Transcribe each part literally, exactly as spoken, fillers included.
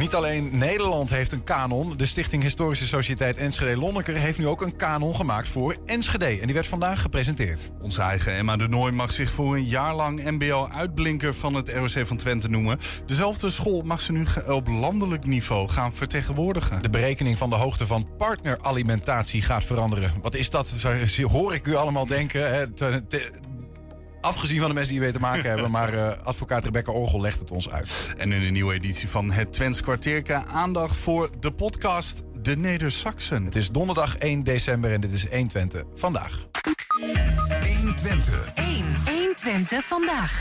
Niet alleen Nederland heeft een kanon. De Stichting Historische Sociëteit Enschede-Lonneker heeft nu ook een kanon gemaakt voor Enschede. En die werd vandaag gepresenteerd. Onze eigen Emma de Nooy mag zich voor een jaar lang M B O-uitblinker van het R O C van Twente noemen. Dezelfde school mag ze nu op landelijk niveau gaan vertegenwoordigen. De berekening van de hoogte van partneralimentatie gaat veranderen. Wat is dat? Zo hoor ik u allemaal denken. Hè? Te, te, Afgezien van de mensen die we te maken hebben. Maar uh, advocaat Rebecca Orgel legt het ons uit. En in een nieuwe editie van het Twents Kwartierke aandacht voor de podcast De Neder-Saxen. Het is donderdag één december en dit is één Twente vandaag. één Twente. één Twente vandaag.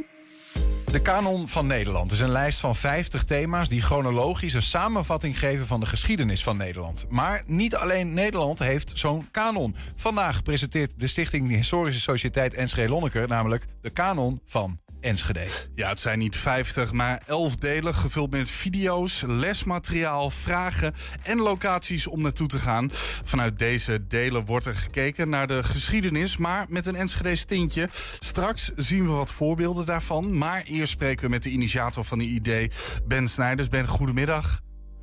De Kanon van Nederland is een lijst van vijftig thema's die chronologisch een samenvatting geven van de geschiedenis van Nederland. Maar niet alleen Nederland heeft zo'n kanon. Vandaag presenteert de Stichting Historische Sociëteit Enschede-Lonneker namelijk de Kanon van Enschede. Ja, het zijn niet vijftig, maar elf delen gevuld met video's, lesmateriaal, vragen en locaties om naartoe te gaan. Vanuit deze delen wordt er gekeken naar de geschiedenis, maar met een Enschede's tintje. Straks zien we wat voorbeelden daarvan, maar eerst spreken we met de initiator van het idee, Ben Snijders. Ben, goedemiddag.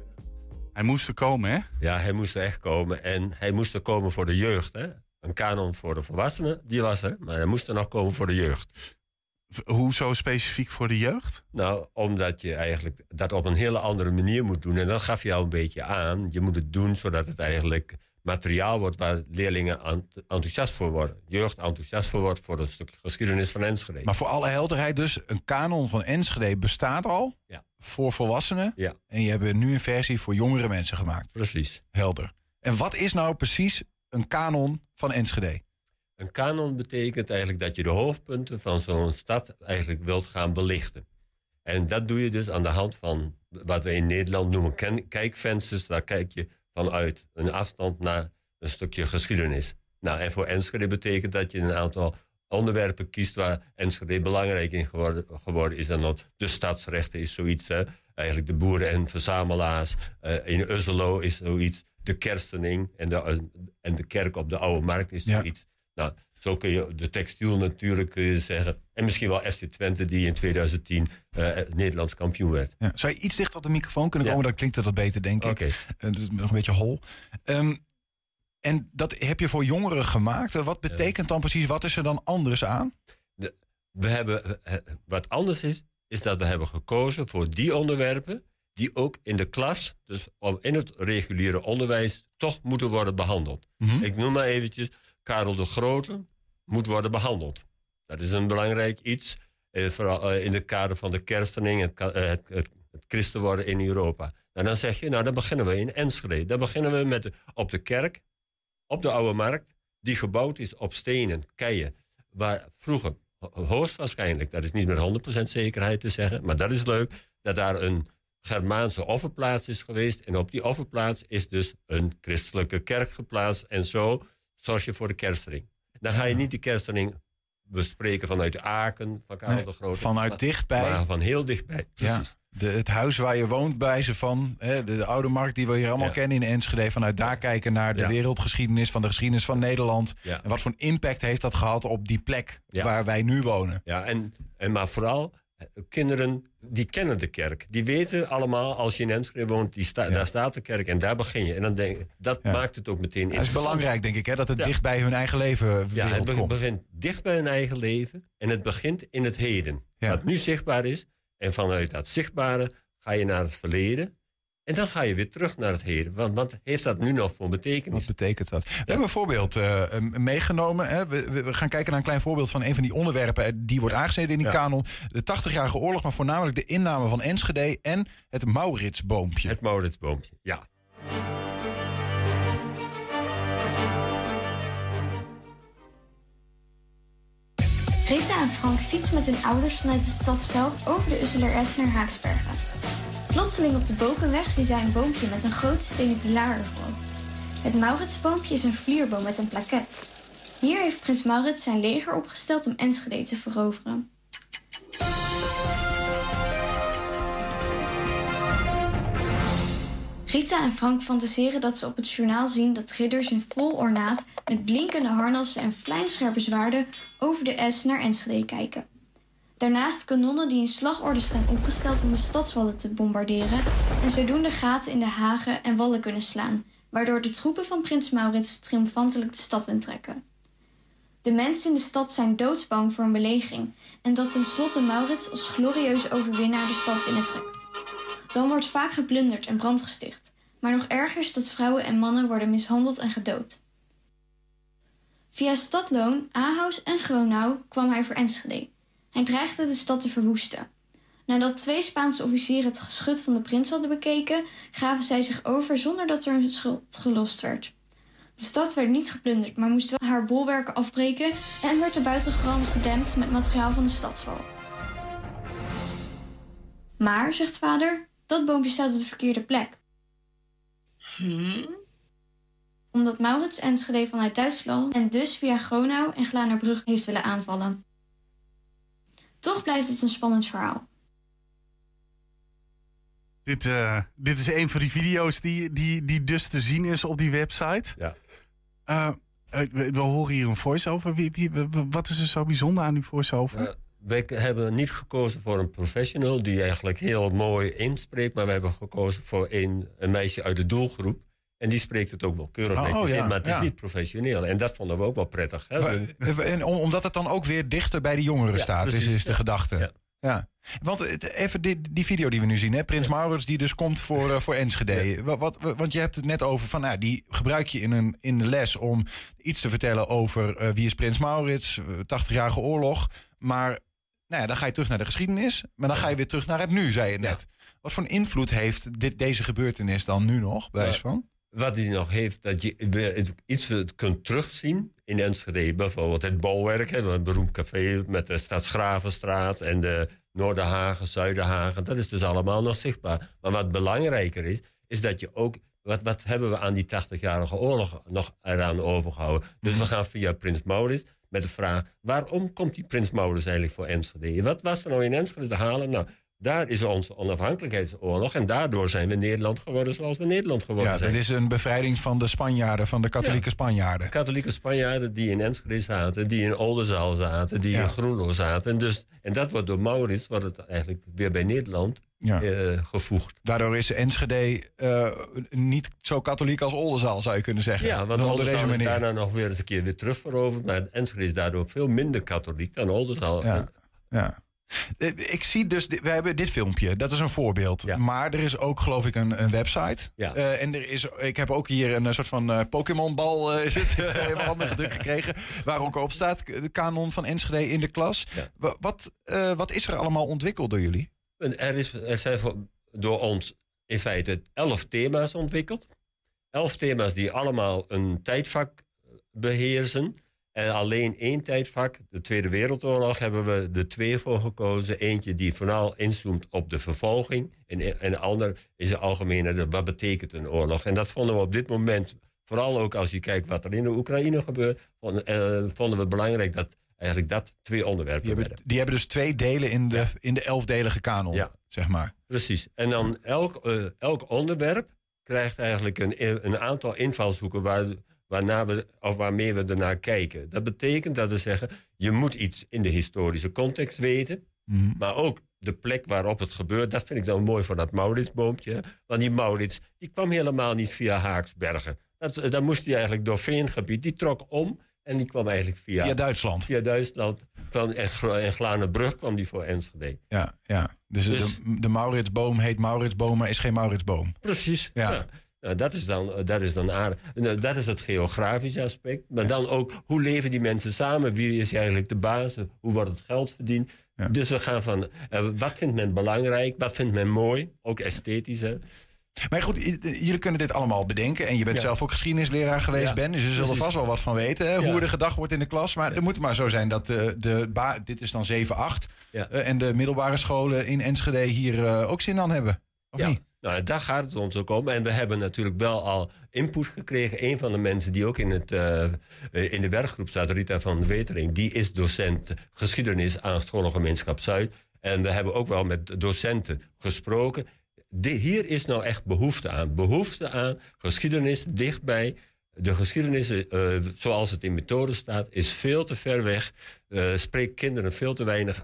Hij moest er komen, hè? Ja, hij moest er echt komen. En hij moest er komen voor de jeugd, hè? Een kanon voor de volwassenen, die was er. Maar hij moest er nog komen voor de jeugd. Hoezo specifiek voor de jeugd? Nou, omdat je eigenlijk dat op een hele andere manier moet doen. En dat gaf je al een beetje aan. Je moet het doen zodat het eigenlijk materiaal wordt waar leerlingen enthousiast voor worden. Jeugd enthousiast voor wordt voor een stukje geschiedenis van Enschede. Maar voor alle helderheid dus, een kanon van Enschede bestaat al ja. voor volwassenen. Ja. En je hebt nu een versie voor jongere mensen gemaakt. Precies. Helder. En wat is nou precies een kanon van Enschede? Een kanon betekent eigenlijk dat je de hoofdpunten van zo'n stad eigenlijk wilt gaan belichten. En dat doe je dus aan de hand van wat we in Nederland noemen ken- kijkvensters. Daar kijk je vanuit een afstand naar een stukje geschiedenis. Nou, en voor Enschede betekent dat je een aantal onderwerpen kiest waar Enschede belangrijk in geworden, geworden is. En dat de stadsrechten is zoiets. Hè. Eigenlijk de boeren en verzamelaars. Uh, in Usselo is zoiets. De kerstening en de, en de kerk op de Oude Markt is zoiets. Ja. Nou, zo kun je de textiel natuurlijk kun je zeggen. En misschien wel F C Twente die in tweeduizend tien uh, Nederlands kampioen werd. Ja, zou je iets dichter op de microfoon kunnen komen? Ja. Dan klinkt dat beter, denk ik. Okay. Het is nog een beetje hol. Um, en dat heb je voor jongeren gemaakt. Wat betekent dan precies? Wat is er dan anders aan? De, we hebben, wat anders is, is dat we hebben gekozen voor die onderwerpen die ook in de klas, dus in het reguliere onderwijs, toch moeten worden behandeld. Mm-hmm. Ik noem maar eventjes, Karel de Grote moet worden behandeld. Dat is een belangrijk iets, eh, vooral eh, in het kader van de kerstening, het, uh, het, het, het christen worden in Europa. En dan zeg je, nou dan beginnen we in Enschede. Dan beginnen we met de, op de kerk, op de Oude Markt, die gebouwd is op stenen, keien, waar vroeger, hoogstwaarschijnlijk, dat is niet met honderd procent zekerheid te zeggen, maar dat is leuk, dat daar een Germaanse offerplaats is geweest. En op die offerplaats is dus een christelijke kerk geplaatst. En zo zorg je voor de kerstering. Dan ga je niet de kerstering bespreken vanuit Aken, van Karel nee, de Grote. Vanuit maar, dichtbij. Maar van heel dichtbij, precies. Ja, de, het huis waar je woont bij ze van, hè, de, de Oude Markt die we hier allemaal ja. kennen in Enschede. Vanuit daar kijken naar de ja. wereldgeschiedenis, van de geschiedenis van Nederland. Ja. En wat voor een impact heeft dat gehad op die plek ja. waar wij nu wonen. Ja, en, en maar vooral, kinderen die kennen de kerk. Die weten allemaal, als je in Enschede woont, die sta, ja. daar staat de kerk en daar begin je. En dan denk, dat ja. maakt het ook meteen interessant. Het is belangrijk, denk ik, hè, dat het ja. dicht bij hun eigen leven ja, het be- komt. begint dicht bij hun eigen leven en het begint in het heden. Ja. Wat nu zichtbaar is. En vanuit dat zichtbare ga je naar het verleden. En dan ga je weer terug naar het heden. Want wat heeft dat nu nog voor betekenis? Wat betekent dat? We ja. hebben een voorbeeld uh, meegenomen. Hè. We, we gaan kijken naar een klein voorbeeld van een van die onderwerpen. Die wordt aangesneden in die ja. kanon. De tachtigjarige oorlog, maar voornamelijk de inname van Enschede en het Mauritsboompje. Het Mauritsboompje, ja. Rita en Frank fietsen met hun ouders vanuit het stadsveld over de Usseler-Es naar Haaksbergen. Plotseling op de Bokenweg zien zij een boompje met een grote stenen pilaar ervoor. Het Mauritsboompje is een vlierboom met een plaket. Hier heeft prins Maurits zijn leger opgesteld om Enschede te veroveren. Rita en Frank fantaseren dat ze op het journaal zien dat ridders in vol ornaat met blinkende harnassen en vlijmscherpe zwaarden over de Es naar Enschede kijken. Daarnaast kanonnen die in slagorde staan opgesteld om de stadswallen te bombarderen en zodoende gaten in de hagen en wallen kunnen slaan, waardoor de troepen van prins Maurits triomfantelijk de stad intrekken. De mensen in de stad zijn doodsbang voor een belegering en dat tenslotte Maurits als glorieuze overwinnaar de stad binnentrekt. Dan wordt vaak geplunderd en brand gesticht, maar nog erger is dat vrouwen en mannen worden mishandeld en gedood. Via Stadloon, Ahaus en Gronau kwam hij voor Enschede. Hij dreigde de stad te verwoesten. Nadat twee Spaanse officieren het geschut van de prins hadden bekeken, gaven zij zich over zonder dat er een schuld gelost werd. De stad werd niet geplunderd, maar moest wel haar bolwerken afbreken en werd de buitengram gedempt met materiaal van de stadswal. Maar, zegt vader, dat boompje staat op de verkeerde plek. Hmm? Omdat Maurits Enschede vanuit Duitsland en dus via Gronau en Glanerbrug heeft willen aanvallen. Toch blijft het een spannend verhaal. Dit, uh, dit is een van die video's die, die, die dus te zien is op die website. Ja. Uh, we, we horen hier een voice-over. Wie, wie, wat is er zo bijzonder aan die voice-over? Uh, wij hebben niet gekozen voor een professional die eigenlijk heel mooi inspreekt. Maar we hebben gekozen voor een, een meisje uit de doelgroep. En die spreekt het ook wel keurig oh, netjes oh, ja, in, maar het is ja. niet professioneel. En dat vonden we ook wel prettig. Hè? Maar, en omdat het dan ook weer dichter bij de jongeren ja, staat, precies, is, is de ja. gedachte. Ja. Ja. Want even die, die video die we nu zien, hè? Prins ja. Maurits die dus komt voor, uh, voor Enschede. Ja. Wat, wat, want je hebt het net over van, nou, die gebruik je in, een, in de les om iets te vertellen over uh, wie is Prins Maurits, tachtigjarige oorlog. Maar nou ja, dan ga je terug naar de geschiedenis, maar dan ga je weer terug naar het nu, zei je net. Ja. Wat voor invloed heeft dit, deze gebeurtenis dan nu nog, bij wijze van? Wat hij nog heeft, dat je weer iets kunt terugzien in Enschede. Bijvoorbeeld het bouwwerk, hè, een beroemd café met de Stadsgravenstraat en de Noorderhagen, Zuiderhagen. Dat is dus allemaal nog zichtbaar. Maar wat belangrijker is, is dat je ook... Wat, wat hebben we aan die tachtigjarige oorlog nog eraan overgehouden? Dus we gaan via Prins Maurits met de vraag... waarom komt die Prins Maurits eigenlijk voor Enschede? Wat was er nou in Enschede te halen? Nou... Daar is onze onafhankelijkheidsoorlog en daardoor zijn we Nederland geworden zoals we Nederland geworden ja, zijn. Ja, dat is een bevrijding van de Spanjaarden, van de katholieke ja. Spanjaarden. Katholieke Spanjaarden die in Enschede zaten, die in Oldenzaal zaten, die ja. in Groenlo zaten. En, dus, en dat wordt door Maurits, wordt het eigenlijk weer bij Nederland ja. uh, gevoegd. Daardoor is Enschede uh, niet zo katholiek als Oldenzaal, zou je kunnen zeggen. Ja, want Oldenzaal is daarna nog weer eens een keer weer terugveroverd. Maar Enschede is daardoor veel minder katholiek dan Oldenzaal. Ja, ja. Ik zie dus, we hebben dit filmpje, dat is een voorbeeld. Ja. Maar er is ook, geloof ik, een, een website. Ja. Uh, en er is, ik heb ook hier een soort van uh, Pokémon-bal uh, is het, uh, in mijn handen gedrukt gekregen. Waar ook op staat, de kanon van Enschede in de klas. Ja. Wat, uh, wat is er allemaal ontwikkeld door jullie? Er, is, er zijn voor, door ons in feite elf thema's ontwikkeld. Elf thema's die allemaal een tijdvak beheersen. En alleen één tijdvak, de Tweede Wereldoorlog, hebben we er twee voor gekozen. Eentje die vooral inzoomt op de vervolging. En een ander is de algemene, wat betekent een oorlog. En dat vonden we op dit moment, vooral ook als je kijkt wat er in de Oekraïne gebeurt, vonden, uh, vonden we belangrijk dat eigenlijk dat twee onderwerpen die hebben. Die hebben dus twee delen in de, ja. in de elfdelige kanon, ja. zeg maar. Precies. En dan elk, uh, elk onderwerp krijgt eigenlijk een, een aantal invalshoeken waar... Waarna we, of waarmee we ernaar kijken. Dat betekent dat we zeggen, je moet iets in de historische context weten. Mm-hmm. Maar ook de plek waarop het gebeurt. Dat vind ik dan mooi voor dat Mauritsboompje. Want die Maurits, die kwam helemaal niet via Haaksbergen. Dat, dan moest hij eigenlijk door Veengebied. Die trok om en die kwam eigenlijk via... Via Duitsland. Via Duitsland. Van, en, en Glanerbrug kwam die voor Enschede. Ja, ja. Dus, dus de, de Mauritsboom heet Mauritsboom, maar is geen Mauritsboom. Precies, ja. ja. Nou, dat is dan, dat is dan aardig. Nou, dat is het geografische aspect. Maar ja. dan ook, hoe leven die mensen samen? Wie is eigenlijk de basis? Hoe wordt het geld verdiend? Ja. Dus we gaan van, uh, wat vindt men belangrijk? Wat vindt men mooi? Ook esthetisch, hè? Maar goed, jullie kunnen dit allemaal bedenken. En je bent ja. zelf ook geschiedenisleraar geweest, ja. Ben. Dus je zult er vast wel wat van weten. Hè, ja. Hoe er gedacht wordt in de klas. Maar ja. het moet maar zo zijn dat de, de ba- dit is dan zeven acht. Ja. Uh, en de middelbare scholen in Enschede hier uh, ook zin aan hebben. Of ja. niet? Nou, daar gaat het ons ook om. En we hebben natuurlijk wel al input gekregen. Een van de mensen die ook in, het, uh, in de werkgroep staat, Rita van Wetering, die is docent geschiedenis aan Scholengemeenschap Zuid. En we hebben ook wel met docenten gesproken. De, hier is nou echt behoefte aan. Behoefte aan geschiedenis dichtbij. De geschiedenis, uh, zoals het in methode staat, is veel te ver weg. Uh, spreekt kinderen veel te weinig aan.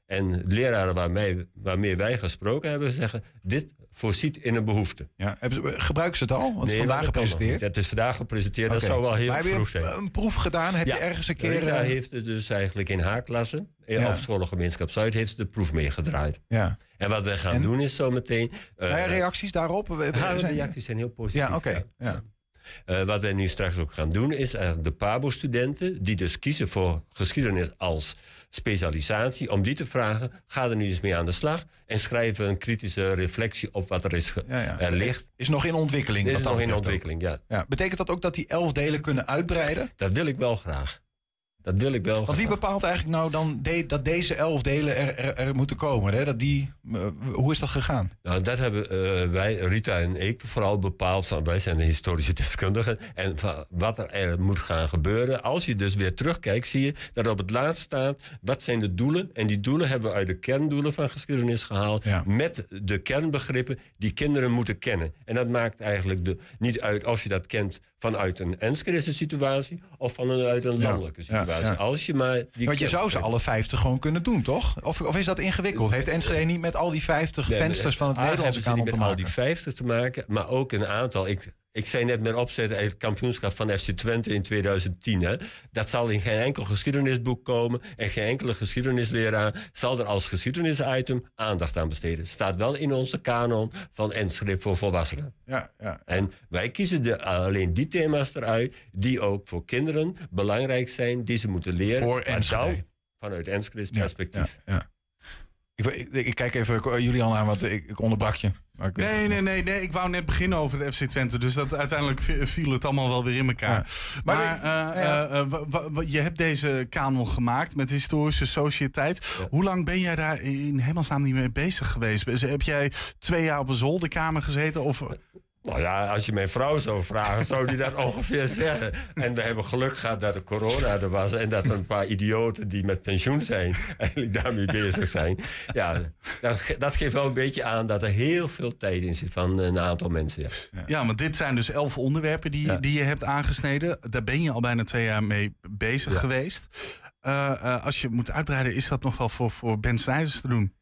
En leraren waarmee, waarmee wij gesproken hebben zeggen... dit voorziet in een behoefte. Ja, gebruiken ze het al? Want nee, vandaag gepresenteerd? Het is vandaag gepresenteerd, okay. Dat zou wel heel maar vroeg zijn. Heb je een proef gedaan? Heb ja, je ergens een keer... Rita heeft het dus eigenlijk in haar klasse... Ja. Op Scholengemeenschap Zuid heeft ze de proef meegedraaid. Ja. En wat we gaan en? doen is zometeen... Uh, ja, reacties daarop? We, we ja, zijn... reacties zijn heel positief. Ja, oké. Okay. Ja. Uh, wat wij nu straks ook gaan doen is uh, de PABO-studenten... die dus kiezen voor geschiedenis als specialisatie... om die te vragen, ga er nu eens mee aan de slag... en schrijf een kritische reflectie op wat er, is ge- ja, ja. er ligt. Is nog in ontwikkeling? Is nog in ontwikkeling, ja. ja. Betekent dat ook dat die elf delen kunnen uitbreiden? Dat wil ik wel graag. Dat wil ik wel Want graag. wie bepaalt eigenlijk nou dan de, dat deze elf delen er, er, er moeten komen? Hè? Dat die, uh, hoe is dat gegaan? Nou, dat hebben uh, wij, Rita en ik, vooral bepaald. Van, wij zijn de historische deskundigen. En van wat er, er moet gaan gebeuren. Als je dus weer terugkijkt, zie je dat op het laatst staat... wat zijn de doelen? En die doelen hebben we uit de kerndoelen van geschiedenis gehaald... Ja. met de kernbegrippen die kinderen moeten kennen. En dat maakt eigenlijk de, niet uit of je dat kent... vanuit een Enschedese situatie of vanuit een landelijke ja, situatie. Ja, ja. Als je maar die Want je zou ze alle vijftig gewoon kunnen doen, toch? Of, of is dat ingewikkeld? Heeft Enschede niet met al die vijftig nee, vensters van het ah, Nederlandse kanon te maken? Met al die vijftig te maken, maar ook een aantal... Ik, Ik zei net met opzetten het kampioenschap van F C Twente in tweeduizend tien. Hè. Dat zal in geen enkel geschiedenisboek komen... en geen enkele geschiedenisleraar zal er als geschiedenisitem aandacht aan besteden. Staat wel in onze kanon van Enschede voor volwassenen. Ja, ja. En wij kiezen de, alleen die thema's eruit... die ook voor kinderen belangrijk zijn, die ze moeten leren. Voor Enschede. Vanuit Enschede's perspectief. Ja, ja, ja. Ik, ik, ik kijk even Julian aan, want ik, ik onderbrak je. Ik nee, nee, nee, nee. Ik wou net beginnen over de F C Twente. Dus dat, uiteindelijk viel het allemaal wel weer in elkaar. Ja. Maar, maar uh, ja. uh, uh, w- w- je hebt deze kanon gemaakt met de historische sociëteit. Ja. Hoe lang ben jij daar in hemelsnaam niet mee bezig geweest? Heb jij twee jaar op een zolderkamer gezeten? Of... Nou ja, als je mijn vrouw zou vragen, zou die dat ongeveer zeggen. En we hebben geluk gehad dat er corona er was... en dat er een paar idioten die met pensioen zijn... eigenlijk daarmee bezig zijn. Ja, dat, dat geeft wel een beetje aan dat er heel veel tijd in zit van een aantal mensen. Ja, ja. ja want dit zijn dus elf onderwerpen die, ja. die je hebt aangesneden. Daar ben je al bijna twee jaar mee bezig ja. geweest. Uh, uh, als je moet uitbreiden, is dat nog wel voor, voor Ben Snijders te doen?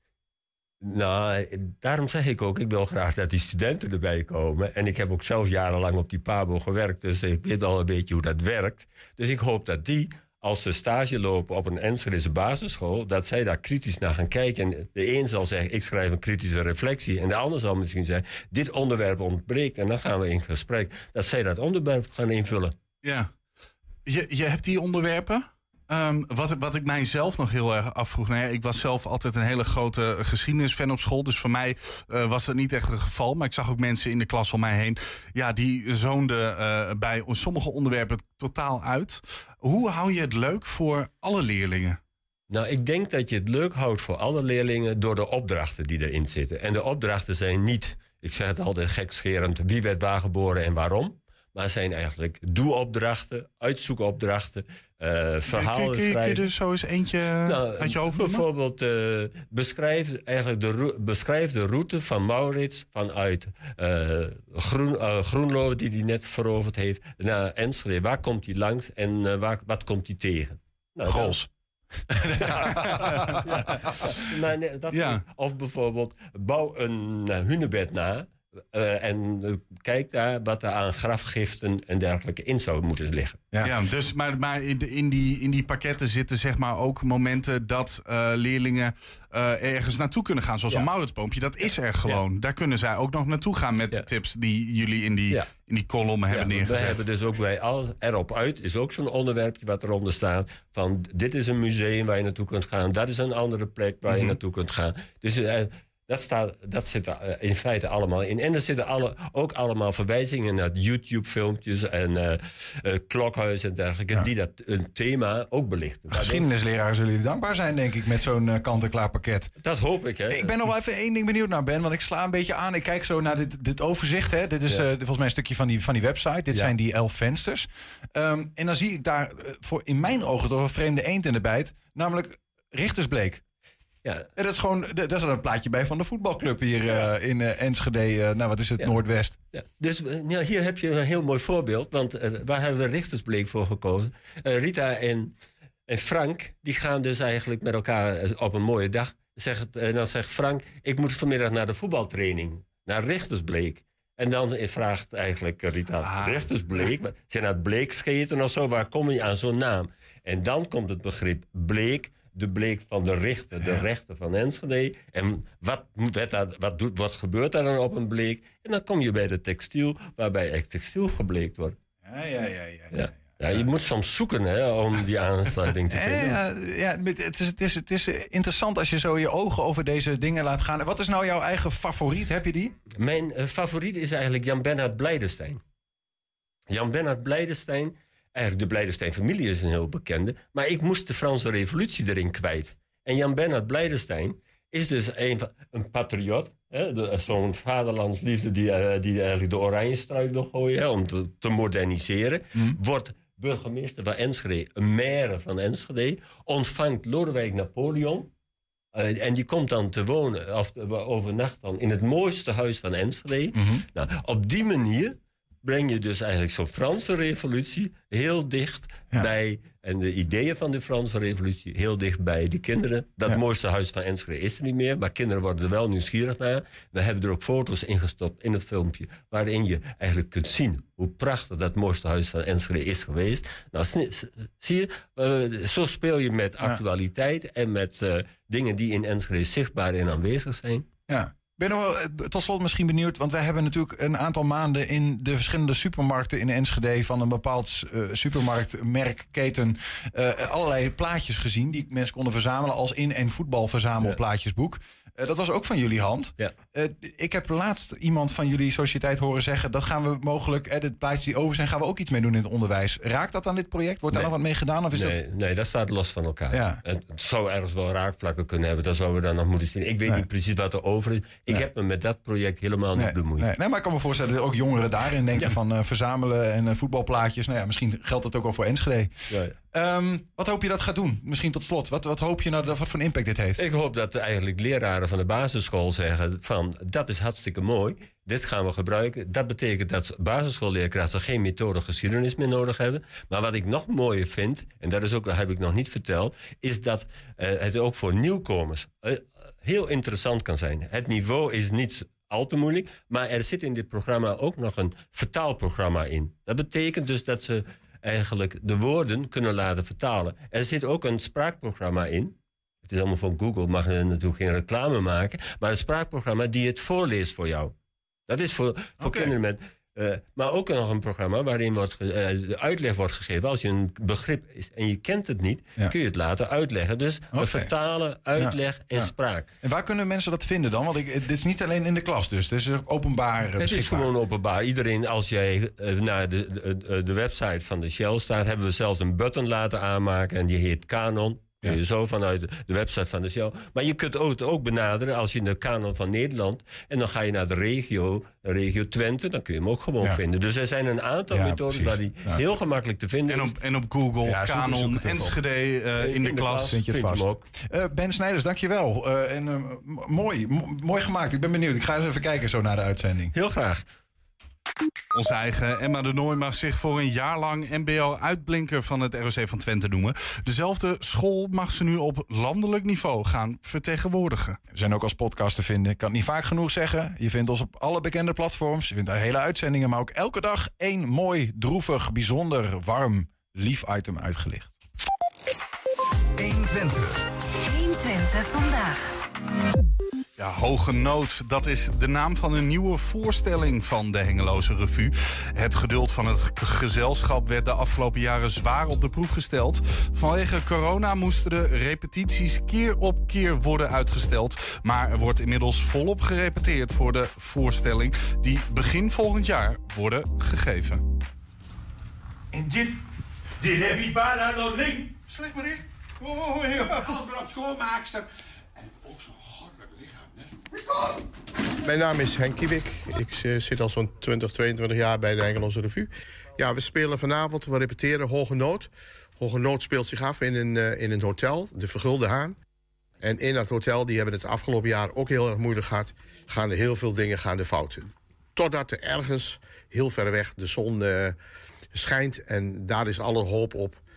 Nou, daarom zeg ik ook, ik wil graag dat die studenten erbij komen. En ik heb ook zelf jarenlang op die PABO gewerkt, dus ik weet al een beetje hoe dat werkt. Dus ik hoop dat die, als ze stage lopen op een Enschedese basisschool, dat zij daar kritisch naar gaan kijken. En de een zal zeggen, ik schrijf een kritische reflectie. En de ander zal misschien zeggen, dit onderwerp ontbreekt. En dan gaan we in gesprek dat zij dat onderwerp gaan invullen. Ja, je, je hebt die onderwerpen? Um, wat, wat ik mijzelf nog heel erg afvroeg... Nou ja, ik was zelf altijd een hele grote geschiedenisfan op school... dus voor mij uh, was dat niet echt het geval. Maar ik zag ook mensen in de klas om mij heen... ja, die zoonden uh, bij sommige onderwerpen totaal uit. Hoe hou je het leuk voor alle leerlingen? Nou, ik denk dat je het leuk houdt voor alle leerlingen... door de opdrachten die erin zitten. En de opdrachten zijn niet, ik zeg het altijd gekscherend... wie werd waar geboren en waarom... maar zijn eigenlijk doe-opdrachten, uitzoekopdrachten, uh, verhalen kun, kun, schrijven. Kun je dus zo eens eentje nou, uit je hoofd noemen? Bijvoorbeeld uh, beschrijf, eigenlijk de, beschrijf de route van Maurits vanuit uh, Groen, uh, Groenlo, die hij net veroverd heeft, naar Enschede. Waar komt hij langs en uh, waar, wat komt hij tegen? Nou, Gols. ja. ja. Maar nee, dat ja. Of bijvoorbeeld bouw een uh, hunebed na... Uh, en uh, kijk daar wat er aan grafgiften en dergelijke in zou moeten liggen. Ja, ja dus, maar, maar in, de, in, die, in die pakketten zitten zeg maar ook momenten dat uh, leerlingen uh, ergens naartoe kunnen gaan. Zoals ja. een Mauritsboompje, dat is er gewoon. Ja. Daar kunnen zij ook nog naartoe gaan met ja. tips die jullie in die, ja. in die kolommen hebben ja, neergezet. We hebben dus ook bij al, erop uit, is ook zo'n onderwerpje wat eronder staat. Van dit is een museum waar je naartoe kunt gaan. Dat is een andere plek waar mm-hmm. je naartoe kunt gaan. Dus... Uh, Dat, staat, dat zit er in feite allemaal in. En er zitten alle, ook allemaal verwijzingen naar YouTube-filmpjes en uh, uh, klokhuis en dergelijke... Ja. die dat een thema ook belichten. Geschiedenisleraren zullen jullie dankbaar zijn, denk ik... met zo'n uh, kant-en-klaar pakket. Dat hoop ik, hè. Ik ben nog wel even één ding benieuwd naar, Ben... want ik sla een beetje aan. Ik kijk zo naar dit, dit overzicht. Hè. Dit is ja. uh, volgens mij een stukje van die, van die website. Dit ja. zijn die elf vensters. Um, en dan zie ik daar uh, voor in mijn ogen toch een vreemde eend in de bijt. Namelijk Richtersbleek. Ja. En dat is gewoon, daar is een plaatje bij van de voetbalclub hier ja. uh, in uh, Enschede. Uh, nou, wat is het, ja. Noordwest. Ja. Dus uh, ja, hier heb je een heel mooi voorbeeld. Want uh, waar hebben we Richtersbleek voor gekozen? Uh, Rita en, en Frank, die gaan dus eigenlijk met elkaar op een mooie dag. Zegt, en dan zegt Frank, ik moet vanmiddag naar de voetbaltraining. Naar Richtersbleek. En dan vraagt eigenlijk Rita, ah. Richtersbleek? Zijn dat bleekscheten of zo? Waar kom je aan zo'n naam? En dan komt het begrip bleek. De bleek van de rechter, de ja. rechter van Enschede. En wat, wat, wat, doet, wat gebeurt daar dan op een bleek? En dan kom je bij de textiel, waarbij echt textiel gebleekt wordt. Ja, ja, ja. ja, ja. ja. Ja, je moet soms zoeken hè, om die aansluiting te vinden. Ja, ja, het, is, het, is, het is interessant als je zo je ogen over deze dingen laat gaan. Wat is nou jouw eigen favoriet? Heb je die? Mijn uh, favoriet is eigenlijk Jan-Bernhard Blijdenstein. Jan-Bernhard Blijdenstein, eigenlijk de Blijdenstein-familie is een heel bekende. Maar ik moest de Franse revolutie erin kwijt. En Jan-Bernhard Blijdenstein is dus een, een patriot. Zo'n vaderlandsliefde die, uh, die eigenlijk de oranje struik wil gooien hè, om te, te moderniseren. Mm. Wordt burgemeester van Enschede, een maire van Enschede, ontvangt Lodewijk Napoleon. Uh, en die komt dan te wonen, of te, overnacht dan in het mooiste huis van Enschede. Mm-hmm. Nou, op die manier breng je dus eigenlijk zo'n Franse revolutie heel dicht ja. bij, en de ideeën van de Franse revolutie heel dicht bij de kinderen. Dat ja. mooiste huis van Enschede is er niet meer, maar kinderen worden er wel nieuwsgierig naar. We hebben er ook foto's in gestopt in het filmpje, waarin je eigenlijk kunt zien hoe prachtig dat mooiste huis van Enschede is geweest. Nou, zie je, uh, zo speel je met actualiteit ja. en met uh, dingen die in Enschede zichtbaar en aanwezig zijn. Ja. Ik ben nog wel tot slot misschien benieuwd, want wij hebben natuurlijk een aantal maanden in de verschillende supermarkten in Enschede van een bepaald uh, supermarktmerkketen uh, allerlei plaatjes gezien die mensen konden verzamelen als in- en voetbalverzamelplaatjesboek. Uh, dat was ook van jullie hand. Ja. Uh, ik heb laatst iemand van jullie sociëteit horen zeggen, dat gaan we mogelijk, eh, de plaatjes die over zijn, gaan we ook iets mee doen in het onderwijs. Raakt dat aan dit project? Wordt nee. daar nog wat mee gedaan? Of is nee, dat... nee, dat staat los van elkaar. Ja. Het zou ergens wel raakvlakken kunnen hebben, dat zouden we dan nog moeten zien. Ik weet nee. niet precies wat er over is. Ik nee. heb me met dat project helemaal nee. niet bemoeid. Nee. nee, maar ik kan me voorstellen dat ook jongeren daarin denken ja. van uh, verzamelen en uh, voetbalplaatjes. Nou ja, misschien geldt dat ook wel voor Enschede. Ja, ja. Um, wat hoop je dat gaat doen? Misschien tot slot. Wat, wat hoop je nou dat wat voor impact dit heeft? Ik hoop dat eigenlijk leraren van de basisschool zeggen van dat is hartstikke mooi. Dit gaan we gebruiken. Dat betekent dat basisschoolleerkrachten geen methode geschiedenis meer nodig hebben. Maar wat ik nog mooier vind, en dat is ook, heb ik nog niet verteld, is dat uh, het ook voor nieuwkomers uh, heel interessant kan zijn. Het niveau is niet al te moeilijk, maar er zit in dit programma ook nog een vertaalprogramma in. Dat betekent dus dat ze eigenlijk de woorden kunnen laten vertalen. Er zit ook een spraakprogramma in. Het is allemaal van Google, mag je natuurlijk geen reclame maken. Maar een spraakprogramma die het voorleest voor jou. Dat is voor, voor okay. kinderen met... Uh, maar ook nog een programma waarin wordt ge, uh, de uitleg wordt gegeven. Als je een begrip is en je kent het niet, ja. kun je het laten uitleggen. Dus okay. vertalen, uitleg ja. en ja. spraak. En waar kunnen mensen dat vinden dan? Want ik, dit is niet alleen in de klas dus. Het is openbaar beschikbaar. Het is gewoon openbaar. Iedereen, als jij uh, naar de, de, de website van de Shell staat, hebben we zelfs een button laten aanmaken en die heet Kanon. Kun je ja. zo vanuit de website van de Shell. Maar je kunt het ook benaderen als je in de Kanon van Nederland. En dan ga je naar de regio, de regio Twente. Dan kun je hem ook gewoon ja. vinden. Dus er zijn een aantal ja, methodes precies. waar die ja. heel gemakkelijk te vinden en op, is. En op Google, ja, Kanon, zoek, zoek Enschede uh, in, in de, de klas. Vind je het vast. Uh, Ben Snijders, dankjewel. Uh, en uh, mooi, mo- mooi gemaakt. Ik ben benieuwd. Ik ga eens even kijken zo naar de uitzending. Heel graag. Onze eigen Emma de Nooy mag zich voor een jaar lang M B O-uitblinker van het R O C van Twente noemen. Dezelfde school mag ze nu op landelijk niveau gaan vertegenwoordigen. We zijn ook als podcast te vinden. Ik kan het niet vaak genoeg zeggen. Je vindt ons op alle bekende platforms. Je vindt daar hele uitzendingen, maar ook elke dag één mooi, droevig, bijzonder, warm, lief item uitgelicht. honderdtwintig. honderdtwintig vandaag. Ja, Hoge Nood, dat is de naam van een nieuwe voorstelling van de Hengeloze Revue. Het geduld van het gezelschap werd de afgelopen jaren zwaar op de proef gesteld. Vanwege corona moesten de repetities keer op keer worden uitgesteld. Maar er wordt inmiddels volop gerepeteerd voor de voorstelling die begin volgend jaar worden gegeven. En dit, dit heb ik bijna nog niet. Slecht bericht. Oh, ja. Als maar op schoonmaakster. En ook zo'n goddelijk lichaam, hè. Mijn naam is Henk Kiewik. Ik uh, zit al zo'n twintig, tweeëntwintig jaar bij de Hengeloze Revue. Ja, we spelen vanavond, we repeteren Hoge Nood. Hoge Nood speelt zich af in een, uh, in een hotel, de Vergulde Haan. En in dat hotel, die hebben het afgelopen jaar ook heel erg moeilijk gehad. Gaan er heel veel dingen gaan de fout. Totdat er ergens, heel ver weg, de zon uh, schijnt. En daar is alle hoop op.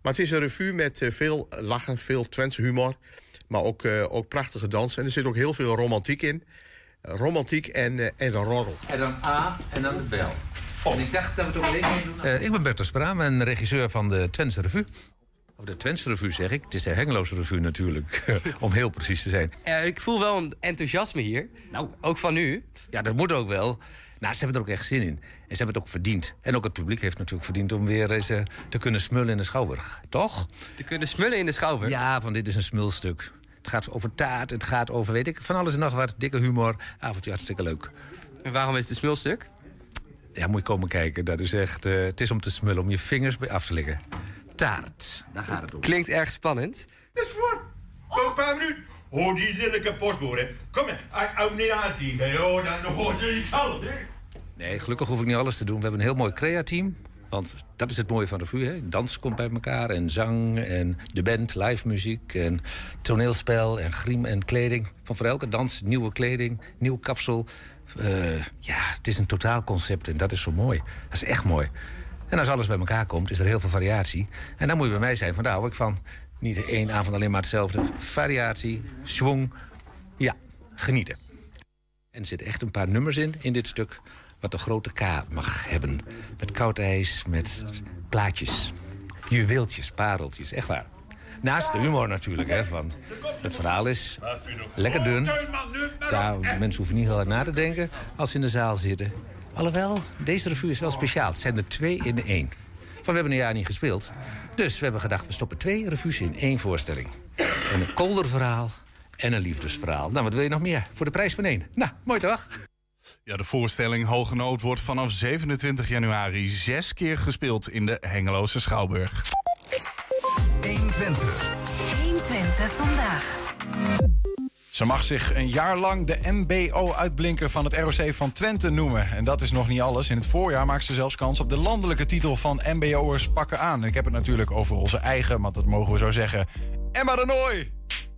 Maar het is een revue met uh, veel lachen, veel Twentse humor. Maar ook, uh, ook prachtige dans. En er zit ook heel veel romantiek in. Uh, romantiek en, uh, en een rorrel. En dan A en dan de bel. Oh. En ik dacht dat we het ook alleen moeten doen. Uh, ik ben Bertus Spraam en regisseur van de Twentse Revue. Of de Twentse Revue zeg ik. Het is de Hengeloze Revue natuurlijk, om heel precies te zijn. Uh, ik voel wel een enthousiasme hier. Nou. Ook van u. Ja, dat moet ook wel. Nou, ze hebben er ook echt zin in. En ze hebben het ook verdiend. En ook het publiek heeft natuurlijk verdiend om weer eens uh, te kunnen smullen in de Schouwburg. Toch? Te kunnen smullen in de Schouwburg? Ja, want dit is een smulstuk. Het gaat over taart, het gaat over, weet ik, van alles en nog wat. Dikke humor, avondje hartstikke leuk. En waarom is het een smulstuk? Ja, moet je komen kijken. Dat is echt, uh, het is om te smullen, om je vingers bij af te liggen. Taart, daar gaat het om. Klinkt erg spannend. Dat is voor. Een paar minuten. Hoor die lelijke postbode. Kom maar, hou niet aan tegen. Oh, dan hoort er iets anders. Nee, gelukkig hoef ik niet alles te doen. We hebben een heel mooi crea-team. Want dat is het mooie van de revue, hè. Dans komt bij elkaar en zang en de band, live muziek en toneelspel en griem en kleding. Van voor elke dans nieuwe kleding, nieuw kapsel. Uh, ja, het is een totaalconcept en dat is zo mooi. Dat is echt mooi. En als alles bij elkaar komt, is er heel veel variatie. En dan moet je bij mij zijn, van daar hou ik van. Niet één avond alleen maar hetzelfde. Variatie, schwung, ja, genieten. En er zitten echt een paar nummers in, in dit stuk, wat de grote K mag hebben. Met koud ijs, met plaatjes, juweeltjes, pareltjes, echt waar. Naast de humor natuurlijk, hè, want het verhaal is lekker dun. Ja, mensen hoeven niet heel hard na te denken als ze in de zaal zitten. Alhoewel, deze revue is wel speciaal. Het zijn er twee in één. Van, we hebben een jaar niet gespeeld. Dus we hebben gedacht, we stoppen twee revues in één voorstelling. En een kolderverhaal en een liefdesverhaal. Nou, wat wil je nog meer? Voor de prijs van één. Nou, mooi toch? Ja, de voorstelling Hoge Nood wordt vanaf zevenentwintig januari zes keer gespeeld in de Hengeloze Schouwburg. honderdtwintig. honderdtwintig vandaag. Ze mag zich een jaar lang de M B O-uitblinker van het R O C van Twente noemen. En dat is nog niet alles. In het voorjaar maakt ze zelfs kans op de landelijke titel van M B O'ers pakken aan. En ik heb het natuurlijk over onze eigen, maar dat mogen we zo zeggen, Emma de Nooy.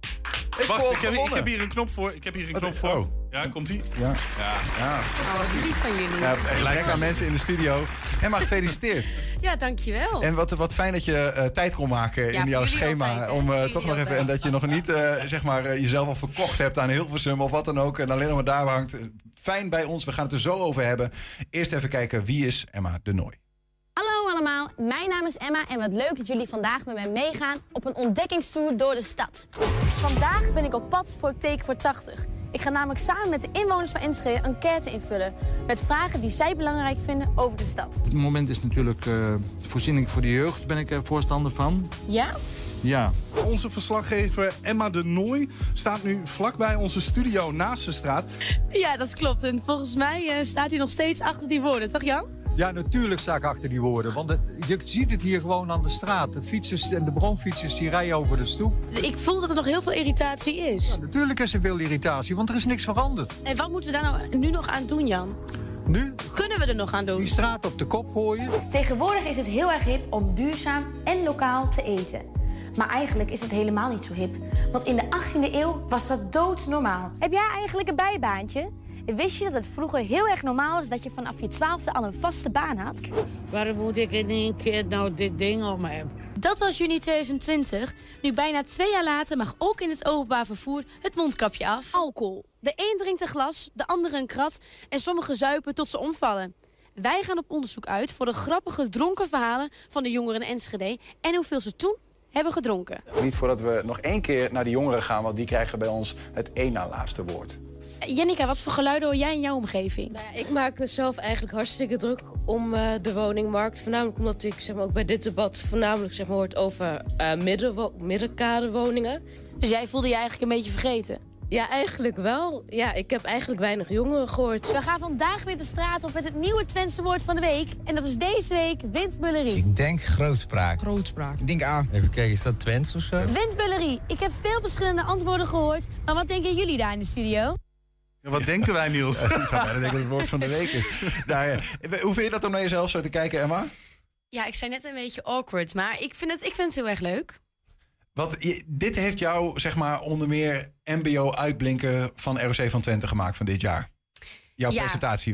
Ik Wacht, ik heb, ik heb hier een knop voor. Ik heb hier een Wat, knop voor. oh. Ja, komt-ie? Ja. Ja. Ja. Oh, wat lief van jullie. Ja, gelijk aan mensen in de studio. Emma, gefeliciteerd. Ja, dankjewel. En wat, wat fijn dat je uh, tijd kon maken ja, in jouw schema. Altijd, om uh, toch nog altijd. even. En dat je nog niet uh, zeg maar, uh, jezelf al verkocht hebt aan Hilversum of wat dan ook. En alleen nog maar daar hangt. Fijn bij ons. We gaan het er zo over hebben. Eerst even kijken, wie is Emma de Nooy? Hallo allemaal, mijn naam is Emma en wat leuk dat jullie vandaag met mij meegaan op een ontdekkingstour door de stad. Vandaag ben ik op pad voor Teken voor tachtig. Ik ga namelijk samen met de inwoners van Enschede een enquête invullen met vragen die zij belangrijk vinden over de stad. Op het moment is natuurlijk uh, voorziening voor de jeugd, ben ik er voorstander van. Ja? Ja. Onze verslaggever Emma de Nooy staat nu vlakbij onze studio naast de straat. Ja, dat klopt. En volgens mij uh, staat hij nog steeds achter die woorden, toch Jan? Ja, natuurlijk sta ik achter die woorden. Want het, je ziet het hier gewoon aan de straat. De fietsers en de bromfietsers die rijden over de stoep. Ik voel dat er nog heel veel irritatie is. Ja, natuurlijk is er veel irritatie, want er is niks veranderd. En wat moeten we daar nou nu nog aan doen, Jan? Nu? Kunnen we er nog aan doen? Die straat op de kop gooien. Tegenwoordig is het heel erg hip om duurzaam en lokaal te eten. Maar eigenlijk is het helemaal niet zo hip. Want in de achttiende eeuw was dat doodnormaal. Heb jij eigenlijk een bijbaantje? Wist je dat het vroeger heel erg normaal was dat je vanaf je twaalfde al een vaste baan had? Waarom moet ik in één keer nou dit ding om hebben? Dat was juni tweeduizend twintig. Nu bijna twee jaar later mag ook in het openbaar vervoer het mondkapje af. Alcohol. De een drinkt een glas, de andere een krat en sommigen zuipen tot ze omvallen. Wij gaan op onderzoek uit voor de grappige dronken verhalen van de jongeren in Enschede en hoeveel ze toen hebben gedronken. Niet voordat we nog één keer naar de jongeren gaan, want die krijgen bij ons het één na laatste woord. Jannica, wat voor geluiden hoor jij in jouw omgeving? Nou ja, ik maak me zelf eigenlijk hartstikke druk om uh, de woningmarkt. Voornamelijk omdat ik zeg maar, ook bij dit debat voornamelijk zeg maar, hoort over uh, middenwo- middenkaderwoningen. Dus jij voelde je eigenlijk een beetje vergeten? Ja, eigenlijk wel. Ja, ik heb eigenlijk weinig jongeren gehoord. We gaan vandaag weer de straat op met het nieuwe Twentse woord van de week. En dat is deze week windbullerie. Ik denk grootspraak. Grootspraak. Ik denk A. Even kijken, is dat Twents of zo? Windbullerie. Ik heb veel verschillende antwoorden gehoord. Maar wat denken jullie daar in de studio? Ja, wat denken wij, Niels? Ik zou bijna denken dat het woord van de week is. Nou, ja. Hoe vind je dat om naar jezelf zo te kijken, Emma? Ja, ik zei net een beetje awkward, maar ik vind het, ik vind het heel erg leuk. Wat, je, dit heeft jou, zeg maar, onder meer M B O-uitblinker van R O C van Twente gemaakt van dit jaar. Jouw ja. presentatiewerk.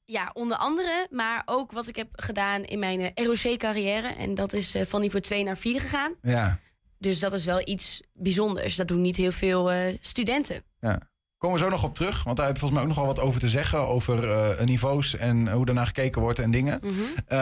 Ja, onder andere, maar ook wat ik heb gedaan in mijn uh, R O C-carrière. En dat is uh, van niveau twee naar vier gegaan. Ja. Dus dat is wel iets bijzonders. Dat doen niet heel veel uh, studenten. Ja. Komen we zo nog op terug, want daar heb je volgens mij ook nogal wat over te zeggen. Over uh, niveaus en hoe daarnaar gekeken wordt en dingen. Mm-hmm.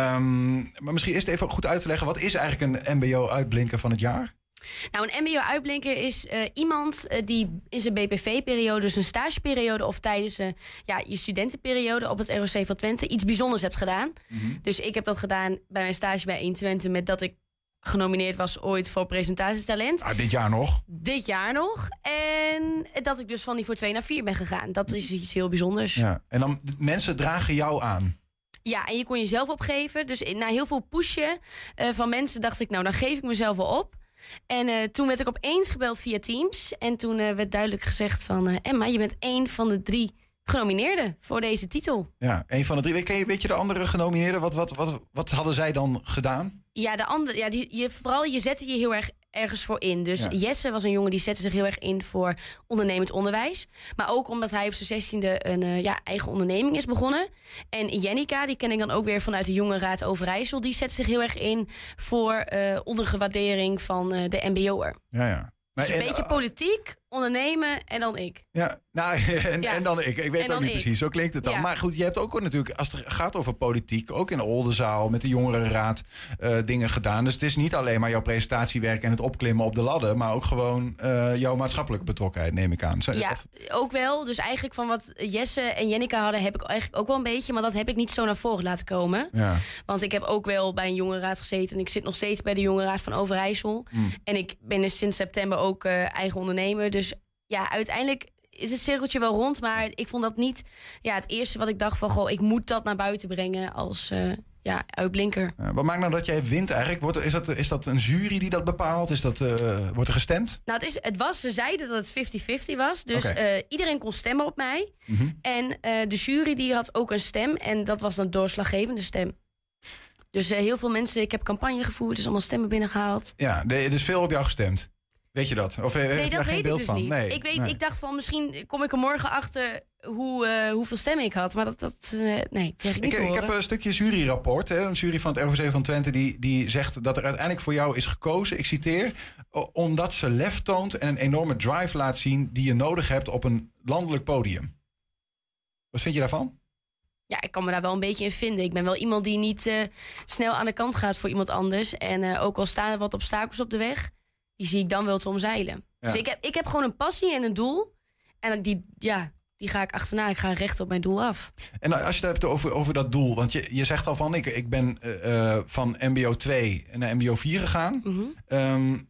Um, maar misschien eerst even goed uit te leggen. Wat is eigenlijk een M B O-uitblinker van het jaar? Nou, een M B O-uitblinker is uh, iemand uh, die in zijn B P V-periode, dus een stageperiode of tijdens uh, ja, je studentenperiode op het R O C van Twente iets bijzonders hebt gedaan. Mm-hmm. Dus ik heb dat gedaan bij mijn stage bij één Twente met dat ik genomineerd was ooit voor presentatietalent. Ah, dit jaar nog? Dit jaar nog. En dat ik dus van niveau twee naar vier ben gegaan. Dat is iets heel bijzonders. Ja. En dan mensen dragen jou aan. Ja, en je kon jezelf opgeven. Dus na heel veel pushen uh, van mensen dacht ik, nou, dan geef ik mezelf wel op. En uh, toen werd ik opeens gebeld via Teams. En toen uh, werd duidelijk gezegd van... Uh, Emma, je bent één van de drie genomineerden voor deze titel. Ja, één van de drie. Weet je, weet je de andere genomineerden? Wat, wat, wat, wat hadden zij dan gedaan? Ja, de andere, ja die, je, vooral je zette je heel erg ergens voor in. Dus Ja. Jesse was een jongen die zette zich heel erg in voor ondernemend onderwijs. Maar ook omdat hij op zijn zestiende een uh, ja, eigen onderneming is begonnen. En Jennica, die ken ik dan ook weer vanuit de Jongerenraad Overijssel. Die zette zich heel erg in voor uh, ondergewaardering van uh, de M B O'er. Ja, ja. Dus Maar, een en, beetje politiek, ondernemen en dan ik. Ja, nou, en, Ja. en dan ik. Ik weet En het dan ook niet ik. precies. Zo klinkt het dan. Ja. Maar goed, je hebt ook natuurlijk, als het gaat over politiek, ook in de Oldenzaal met de Jongerenraad uh, dingen gedaan. Dus het is niet alleen maar jouw presentatiewerk en het opklimmen op de ladder, maar ook gewoon uh, jouw maatschappelijke betrokkenheid, neem ik aan. Zijn- Ja, of- ook wel. Dus eigenlijk van wat Jesse en Jennica hadden, heb ik eigenlijk ook wel een beetje. Maar dat heb ik niet zo naar voren laten komen. ja. Want ik heb ook wel bij een jongerenraad gezeten. En ik zit nog steeds bij de Jongerenraad van Overijssel. Mm. En ik ben dus sinds september ook uh, eigen ondernemer. Dus ja, uiteindelijk is het cirkeltje wel rond. Maar ik vond dat niet ja, het eerste wat ik dacht van... goh, ik moet dat naar buiten brengen als uh, ja, uitblinker. Uh, wat maakt nou dat jij wint eigenlijk? Wordt er, is, dat, is dat een jury die dat bepaalt? Is dat, uh, wordt er gestemd? Nou, het, is, het was, ze zeiden dat het vijftig vijftig was. Dus Oké. uh, iedereen kon stemmen op mij. Mm-hmm. En uh, de jury die had ook een stem. En dat was een doorslaggevende stem. Dus uh, heel veel mensen, ik heb campagne gevoerd, dus allemaal stemmen binnengehaald. Ja, er is veel op jou gestemd. Weet je dat? Of heb je Nee, daar dat geen weet ik beeld dus van? niet. Nee, ik, weet, nee. ik dacht van, misschien kom ik er morgen achter hoe, uh, hoeveel stemmen ik had. Maar dat, dat uh, nee, kreeg ik niet Ik, te ik horen. heb een stukje juryrapport. Hè, een jury van het R O C van Twente die, die zegt dat er uiteindelijk voor jou is gekozen. Ik citeer. "O- Omdat ze lef toont en een enorme drive laat zien die je nodig hebt op een landelijk podium." Wat vind je daarvan? Ja, ik kan me daar wel een beetje in vinden. Ik ben wel iemand die niet uh, snel aan de kant gaat voor iemand anders. En uh, ook al staan er wat obstakels op de weg, die zie ik dan wel te omzeilen. Ja. Dus ik heb, ik heb gewoon een passie en een doel. En die, ja, die ga ik achterna. Ik ga recht op mijn doel af. En als je het hebt over, over dat doel. Want je, je zegt al van, ik, ik ben uh, van M B O twee naar M B O vier gegaan. Mm-hmm. Um,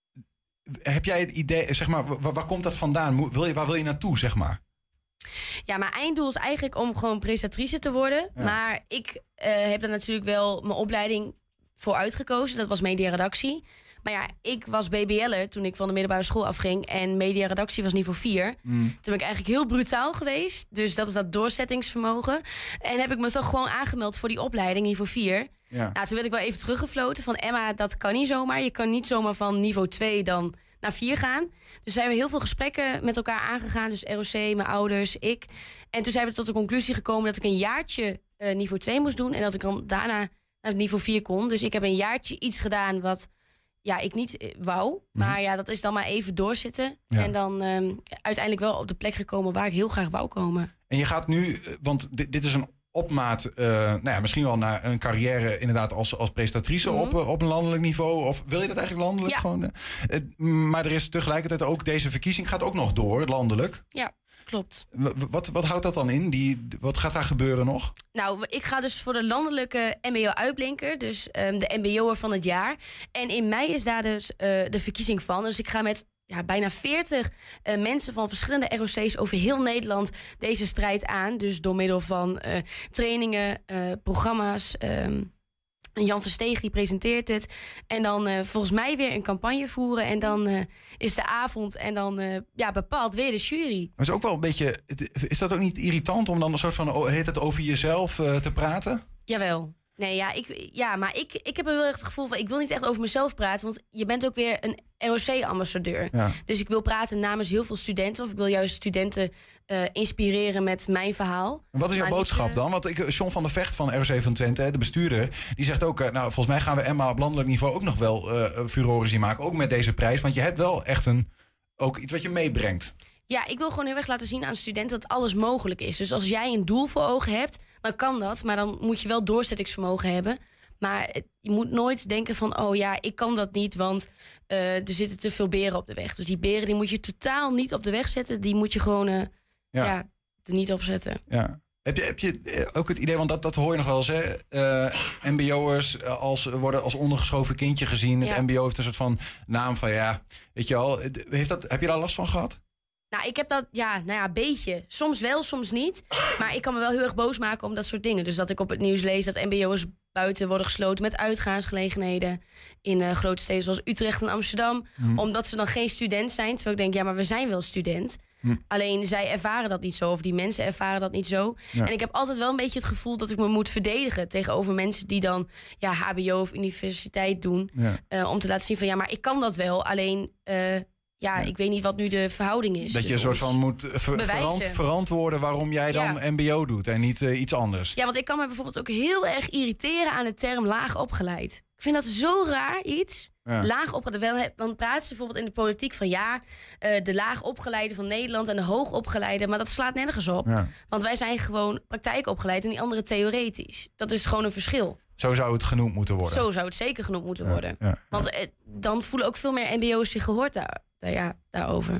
heb jij het idee, zeg maar, waar, waar komt dat vandaan? Mo- Wil je, waar wil je naartoe, zeg maar? Ja, mijn einddoel is eigenlijk om gewoon presentatrice te worden. Ja. Maar ik uh, heb daar natuurlijk wel mijn opleiding voor uitgekozen. Dat was mediaredactie. Maar ja, ik was B B L'er toen ik van de middelbare school afging. En mediaredactie was niveau vier. Mm. Toen ben ik eigenlijk heel brutaal geweest. Dus dat is dat doorzettingsvermogen. En heb ik me toch gewoon aangemeld voor die opleiding, niveau vier. Ja. Nou, toen werd ik wel even teruggefloten van... Emma, dat kan niet zomaar. Je kan niet zomaar van niveau twee dan naar vier gaan. Dus zijn we heel veel gesprekken met elkaar aangegaan. Dus R O C, mijn ouders, ik. En toen zijn we tot de conclusie gekomen... dat ik een jaartje uh, niveau twee moest doen... en dat ik dan daarna naar het niveau vier kon. Dus ik heb een jaartje iets gedaan wat... ja, ik niet uh, wou. Maar ja, dat is dan maar even doorzitten. Ja. En dan um, uiteindelijk wel op de plek gekomen... waar ik heel graag wou komen. En je gaat nu, want dit, dit is een opmaat, uh, nou ja, misschien wel naar een carrière inderdaad als, als presentatrice Mhm. op, uh, op een landelijk niveau. Of wil je dat eigenlijk landelijk? Ja. Gewoon, uh, uh, maar er is tegelijkertijd ook, deze verkiezing gaat ook nog door, landelijk. Ja, klopt. W- wat, wat houdt dat dan in? Die, wat gaat daar gebeuren nog? Nou, ik ga dus voor de landelijke M B O-uitblinker. Dus um, de M B O'er van het jaar. En in mei is daar dus uh, de verkiezing van. Dus ik ga met ja, bijna veertig uh, mensen van verschillende R O C's over heel Nederland deze strijd aan. Dus door middel van uh, trainingen, uh, programma's... Um, En Jan Versteeg die presenteert het. En dan uh, volgens mij weer een campagne voeren. En dan uh, is de avond en dan uh, ja, bepaalt weer de jury. Maar is ook wel een beetje, is dat ook niet irritant om dan een soort van, heet het over jezelf uh, te praten? Jawel. Nee, ja, ik, ja maar ik, ik heb heel erg het gevoel van... ik wil niet echt over mezelf praten... want je bent ook weer een R O C-ambassadeur. Ja. Dus ik wil praten namens heel veel studenten... of ik wil juist studenten uh, inspireren met mijn verhaal. En wat is jouw maar boodschap niet, uh... dan? Want ik, John van der Vecht van R O C van Twente, de bestuurder... die zegt ook, uh, nou, volgens mij gaan we Emma op landelijk niveau... ook nog wel uh, furoren zien maken, ook met deze prijs. Want je hebt wel echt een, ook iets wat je meebrengt. Ja, ik wil gewoon heel erg laten zien aan studenten dat alles mogelijk is. Dus als jij een doel voor ogen hebt, dan kan dat. Maar dan moet je wel doorzettingsvermogen hebben. Maar je moet nooit denken van, oh ja, ik kan dat niet, want uh, er zitten te veel beren op de weg. Dus die beren die moet je totaal niet op de weg zetten. Die moet je gewoon uh, ja. Ja, er niet op zetten. Ja. Heb je, heb je ook het idee, want dat, dat hoor je nog wel eens, hè? Uh, M B O'ers als, worden als ondergeschoven kindje gezien. Het ja. M B O heeft een soort van naam van, ja, weet je al. Heeft dat, heb je daar last van gehad? Nou, ik heb dat, ja, nou ja, een beetje. Soms wel, soms niet. Maar ik kan me wel heel erg boos maken om dat soort dingen. Dus dat ik op het nieuws lees dat M B O'ers buiten worden gesloten... met uitgaansgelegenheden in uh, grote steden zoals Utrecht en Amsterdam. Hmm. Omdat ze dan geen student zijn. Terwijl ik denk, ja, maar we zijn wel student. Hmm. Alleen zij ervaren dat niet zo, of die mensen ervaren dat niet zo. Ja. En ik heb altijd wel een beetje het gevoel dat ik me moet verdedigen... tegenover mensen die dan ja, H B O of universiteit doen. Ja. Uh, om te laten zien van, ja, maar ik kan dat wel. Alleen... Uh, Ja, ik weet niet wat nu de verhouding is. Dat je een soort van moet ver- verant- verantwoorden waarom jij dan ja. M B O doet en niet uh, iets anders. Ja, want ik kan me bijvoorbeeld ook heel erg irriteren aan de term laag opgeleid. Ik vind dat zo raar iets. Ja. Laag opgeleid. Dan praten ze bijvoorbeeld in de politiek van ja, uh, de laag opgeleide van Nederland en de hoog opgeleide. Maar dat slaat nergens op. Ja. Want wij zijn gewoon praktijkopgeleid en die andere theoretisch. Dat is gewoon een verschil. Zo zou het genoemd moeten worden. Zo zou het zeker genoemd moeten ja, worden. Ja, ja. Want uh, dan voelen ook veel meer M B O'ers zich gehoord daar. Ja, daarover.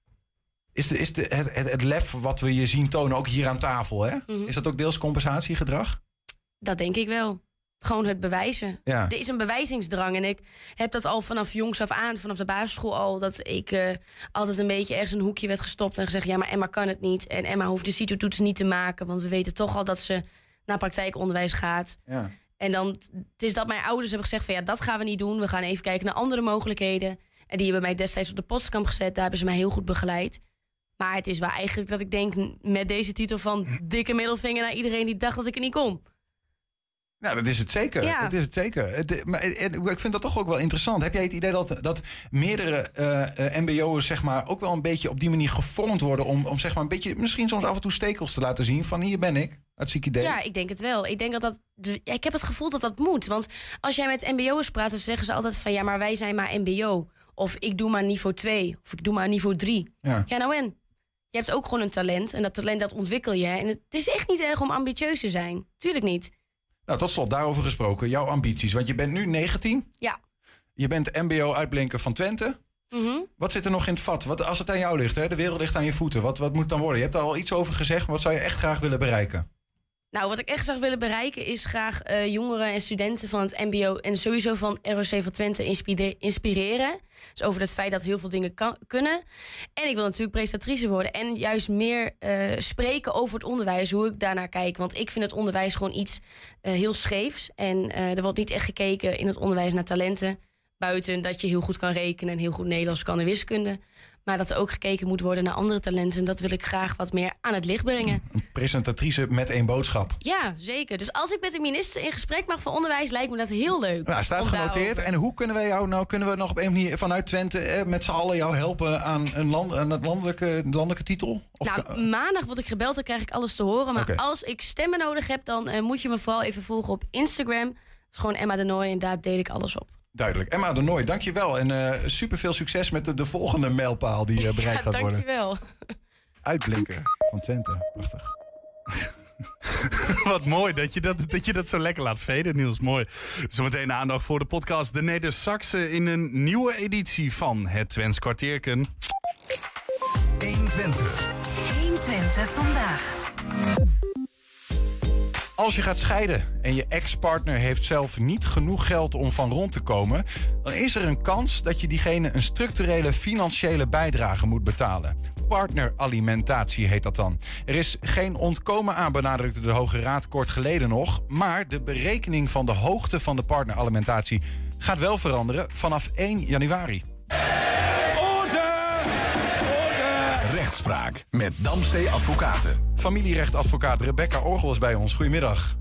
Is, de, is de, het, het, het lef wat we je zien tonen, ook hier aan tafel, hè? Mm-hmm. Is dat ook deels compensatiegedrag? Dat denk ik wel. Gewoon het bewijzen. Ja. Er is een bewijzingsdrang. En ik heb dat al vanaf jongs af aan, vanaf de basisschool al... dat ik uh, altijd een beetje ergens een hoekje werd gestopt en gezegd... ja, maar Emma kan het niet. En Emma hoeft de CITO-toets niet te maken... want we weten toch al dat ze naar praktijkonderwijs gaat. Ja. En dan het is dat mijn ouders hebben gezegd van... ja, dat gaan we niet doen. We gaan even kijken naar andere mogelijkheden... En die hebben mij destijds op de Potskamp gezet. Daar hebben ze mij heel goed begeleid. Maar het is wel eigenlijk dat ik denk met deze titel van dikke middelvinger naar iedereen die dacht dat ik er niet kon. Nou, dat is het zeker. Ja. Dat is het zeker. Het, maar, en, ik vind dat toch ook wel interessant. Heb jij het idee dat, dat meerdere uh, uh, M B O'ers zeg maar, ook wel een beetje op die manier gevormd worden... om, om zeg maar, een beetje misschien soms af en toe stekels te laten zien van hier ben ik, hartstikke idee? Ja, ik denk het wel. Ik denk dat dat, ja, ik heb het gevoel dat dat moet. Want als jij met M B O'ers praat, dan zeggen ze altijd van ja, maar wij zijn maar M B O. Of ik doe maar niveau twee. Of ik doe maar niveau drie. Ja, ja nou en? Je hebt ook gewoon een talent. En dat talent dat ontwikkel je. En het is echt niet erg om ambitieus te zijn. Tuurlijk niet. Nou, tot slot, daarover gesproken. Jouw ambities. Want je bent nu negentien. Ja. Je bent M B O-uitblinker van Twente. Mm-hmm. Wat zit er nog in het vat? Wat, als het aan jou ligt, hè? De wereld ligt aan je voeten. Wat, wat moet het dan worden? Je hebt er al iets over gezegd. Maar wat zou je echt graag willen bereiken? Nou, wat ik echt zou willen bereiken is graag uh, jongeren en studenten van het M B O... en sowieso van R O C van Twente inspire- inspireren. Dus over het feit dat heel veel dingen kan, kunnen. En ik wil natuurlijk presentatrice worden. En juist meer uh, spreken over het onderwijs, hoe ik daarnaar kijk. Want ik vind het onderwijs gewoon iets uh, heel scheefs. En uh, er wordt niet echt gekeken in het onderwijs naar talenten. Buiten dat je heel goed kan rekenen en heel goed Nederlands kan en wiskunde. Maar dat er ook gekeken moet worden naar andere talenten. En dat wil ik graag wat meer aan het licht brengen. Een presentatrice met één boodschap. Ja, zeker. Dus als ik met de minister in gesprek mag van onderwijs, lijkt me dat heel leuk. Nou, staat genoteerd. Daarover. En hoe kunnen wij jou nou, kunnen we nog op een manier vanuit Twente eh, met z'n allen jou helpen aan een land, aan het landelijke, landelijke titel? Of nou, ka- maandag word ik gebeld, dan krijg ik alles te horen. Maar okay. Als ik stemmen nodig heb, dan uh, moet je me vooral even volgen op Instagram. Het is gewoon Emma de Nooy en daar deel ik alles op. Duidelijk. Emma de Nooy, dankjewel. En uh, super veel succes met de, de volgende mijlpaal die uh, bereikt ja, gaat worden. Dankjewel. Uitblinker van Twente. Prachtig. Wat mooi dat je dat, dat je dat zo lekker laat veden, Niels. Mooi. Zometeen aandacht voor de podcast De Neder-Saxe in een nieuwe editie van Het Twents Kwartierken. honderdtwintig. honderdtwintig vandaag. Als je gaat scheiden en je ex-partner heeft zelf niet genoeg geld om van rond te komen, dan is er een kans dat je diegene een structurele financiële bijdrage moet betalen. Partneralimentatie heet dat dan. Er is geen ontkomen aan, benadrukte de Hoge Raad kort geleden nog, maar de berekening van de hoogte van de partneralimentatie gaat wel veranderen vanaf één januari. Rechtspraak met Damstee Advocaten. Familierechtadvocaat Rebecca Orgel is bij ons. Goedemiddag.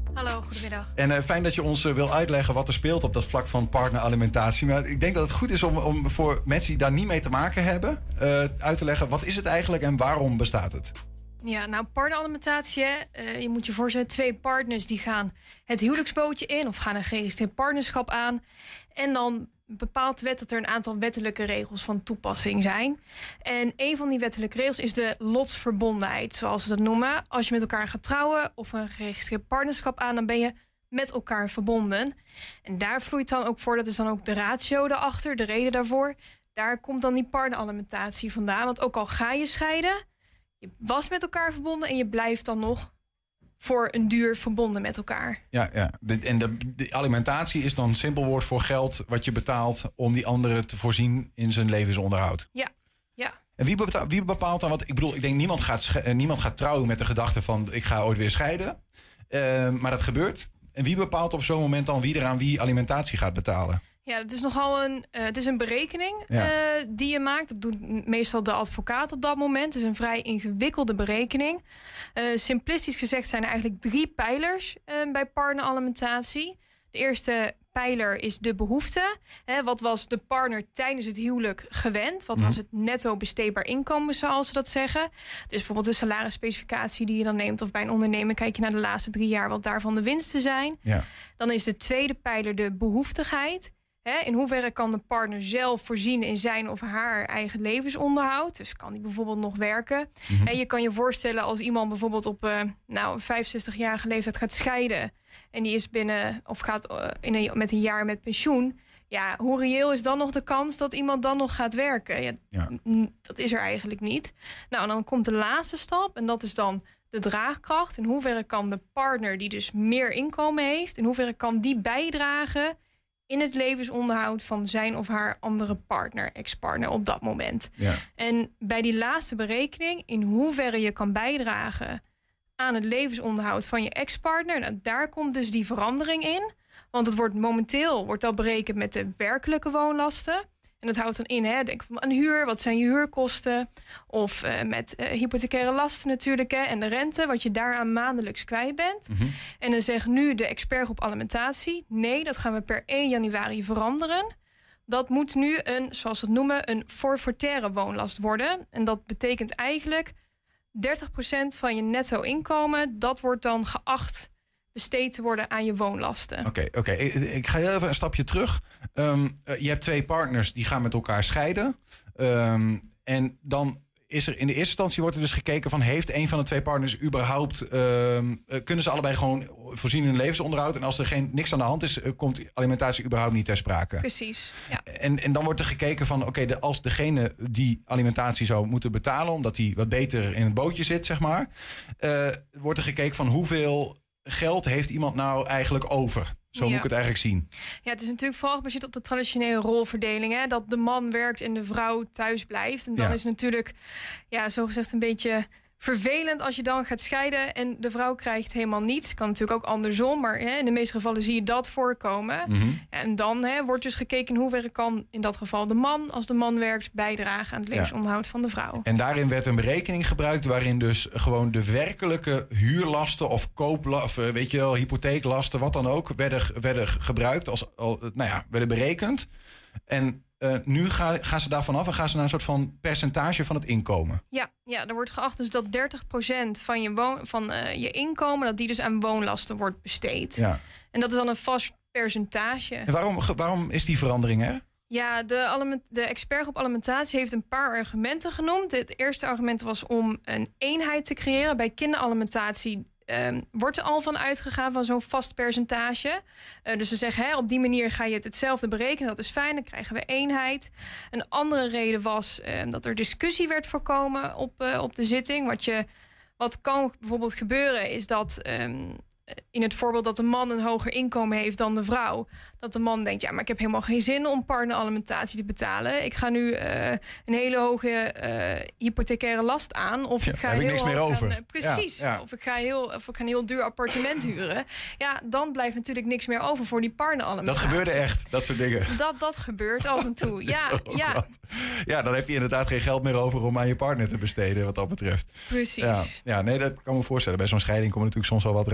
Hallo, goedemiddag. En uh, fijn dat je ons uh, wil uitleggen wat er speelt op dat vlak van partneralimentatie. Maar ik denk dat het goed is om, om voor mensen die daar niet mee te maken hebben... Uh, uit te leggen, wat is het eigenlijk en waarom bestaat het? Ja, nou, partneralimentatie, uh, je moet je voorstellen... twee partners die gaan het huwelijksbootje in... of gaan een geregistreerd partnerschap aan. En dan bepaalt de wet dat er een aantal wettelijke regels van toepassing zijn. En een van die wettelijke regels is de lotsverbondenheid, zoals ze dat noemen. Als je met elkaar gaat trouwen of een geregistreerd partnerschap aan... dan ben je met elkaar verbonden. En daar vloeit dan ook voor, dat is dan ook de ratio daarachter, de reden daarvoor. Daar komt dan die partneralimentatie vandaan. Want ook al ga je scheiden, je was met elkaar verbonden... en je blijft dan nog voor een duur verbonden met elkaar. Ja, ja. De, en de, de alimentatie is dan een simpel woord voor geld... wat je betaalt om die andere te voorzien in zijn levensonderhoud. Ja, ja. En wie bepaalt, wie bepaalt dan wat? Ik bedoel, ik denk niemand gaat, sche- niemand gaat trouwen met de gedachte van... ik ga ooit weer scheiden. Uh, maar dat gebeurt. En wie bepaalt op zo'n moment dan wie er aan wie alimentatie gaat betalen? Ja, het is nogal een, uh, het is een berekening ja. uh, die je maakt. Dat doet meestal de advocaat op dat moment. Het is een vrij ingewikkelde berekening. Uh, simplistisch gezegd zijn er eigenlijk drie pijlers uh, bij partneralimentatie. De eerste pijler is de behoefte. Hè, wat was de partner tijdens het huwelijk gewend? Wat mm. was het netto besteedbaar inkomen, zoals ze dat zeggen? Dus bijvoorbeeld de salarisspecificatie die je dan neemt... of bij een ondernemer kijk je naar de laatste drie jaar... wat daarvan de winsten zijn. Ja. Dan is de tweede pijler de behoeftigheid. Hè, in hoeverre kan de partner zelf voorzien in zijn of haar eigen levensonderhoud? Dus kan die bijvoorbeeld nog werken? Mm-hmm. En je kan je voorstellen als iemand bijvoorbeeld op uh, nou, een vijfenzestigjarige leeftijd gaat scheiden... en die is binnen of gaat uh, in een, met een jaar met pensioen... ja, hoe reëel is dan nog de kans dat iemand dan nog gaat werken? Ja, ja. n- dat is er eigenlijk niet. Nou, en dan komt de laatste stap en dat is dan de draagkracht. In hoeverre kan de partner die dus meer inkomen heeft... in hoeverre kan die bijdragen... in het levensonderhoud van zijn of haar andere partner, ex-partner op dat moment. Ja. En bij die laatste berekening, in hoeverre je kan bijdragen aan het levensonderhoud van je ex-partner, nou, daar komt dus die verandering in. Want het wordt momenteel wordt dat berekend met de werkelijke woonlasten. En dat houdt dan in, hè, denk van aan huur, wat zijn je huurkosten? Of uh, met uh, hypothecaire lasten natuurlijk, hè, en de rente, wat je daaraan maandelijks kwijt bent. Mm-hmm. En dan zegt nu de expertgroep alimentatie, nee, dat gaan we per één januari veranderen. Dat moet nu een, zoals we het noemen, een forfaitaire woonlast worden. En dat betekent eigenlijk dertig procent van je netto inkomen, dat wordt dan geacht besteed te worden aan je woonlasten. Oké, okay, oké. Okay. Ik, ik ga heel even een stapje terug. Um, uh, je hebt twee partners die gaan met elkaar scheiden. Um, en dan is er in de eerste instantie wordt er dus gekeken van... heeft een van de twee partners überhaupt... Um, uh, kunnen ze allebei gewoon voorzien in hun levensonderhoud... en als er geen, niks aan de hand is... Uh, komt alimentatie überhaupt niet ter sprake. Precies, ja. En, en dan wordt er gekeken van... oké, okay, de, als degene die alimentatie zou moeten betalen... omdat hij wat beter in het bootje zit, zeg maar... Uh, wordt er gekeken van hoeveel geld heeft iemand nou eigenlijk over... Zo moet ja. ik het eigenlijk zien. Ja, het is natuurlijk vooral gebaseerd op de traditionele rolverdeling. Hè? Dat de man werkt en de vrouw thuis blijft. En dan ja. is het natuurlijk, ja, zo gezegd een beetje vervelend als je dan gaat scheiden en de vrouw krijgt helemaal niets. Kan natuurlijk ook andersom, maar hè, in de meeste gevallen zie je dat voorkomen. Mm-hmm. En dan hè, wordt dus gekeken in hoeverre kan in dat geval de man, als de man werkt, bijdragen aan het levensonderhoud ja. van de vrouw. En daarin werd een berekening gebruikt waarin dus gewoon de werkelijke huurlasten of koopla- of weet je wel, hypotheeklasten, wat dan ook, werden, werden gebruikt als, al, nou ja, werden berekend. En Uh, nu ga, gaan ze daarvan af en gaan ze naar een soort van percentage van het inkomen. Ja, ja, er wordt geacht dus dat dertig procent van, je, woon, van uh, je inkomen... dat die dus aan woonlasten wordt besteed. Ja. En dat is dan een vast percentage. En waarom, waarom is die verandering er? Ja, de, aliment, de expertgroep alimentatie heeft een paar argumenten genoemd. Het eerste argument was om een eenheid te creëren. Bij kinderalimentatie Um, wordt er al van uitgegaan van zo'n vast percentage. Uh, dus ze zeggen, hè, op die manier ga je het hetzelfde berekenen. Dat is fijn, dan krijgen we eenheid. Een andere reden was um, dat er discussie werd voorkomen op, uh, op de zitting. Wat, je, wat kan bijvoorbeeld gebeuren is dat... Um, in het voorbeeld dat de man een hoger inkomen heeft dan de vrouw... dat de man denkt, ja, maar ik heb helemaal geen zin om partneralimentatie te betalen. Ik ga nu uh, een hele hoge uh, hypothecaire last aan. Of ja, ik ga heb heel ik niks meer over. Gaan, uh, precies. Ja, ja. Of, ik ga heel, of ik ga een heel duur appartement huren. Ja, dan blijft natuurlijk niks meer over voor die partneralimentatie. Dat gebeurde echt, dat soort dingen. Dat, dat gebeurt af en toe, ja. Ja. ja, dan heb je inderdaad geen geld meer over om aan je partner te besteden, wat dat betreft. Precies. Ja, ja nee, dat kan me voorstellen. Bij zo'n scheiding komt natuurlijk soms wel wat rancune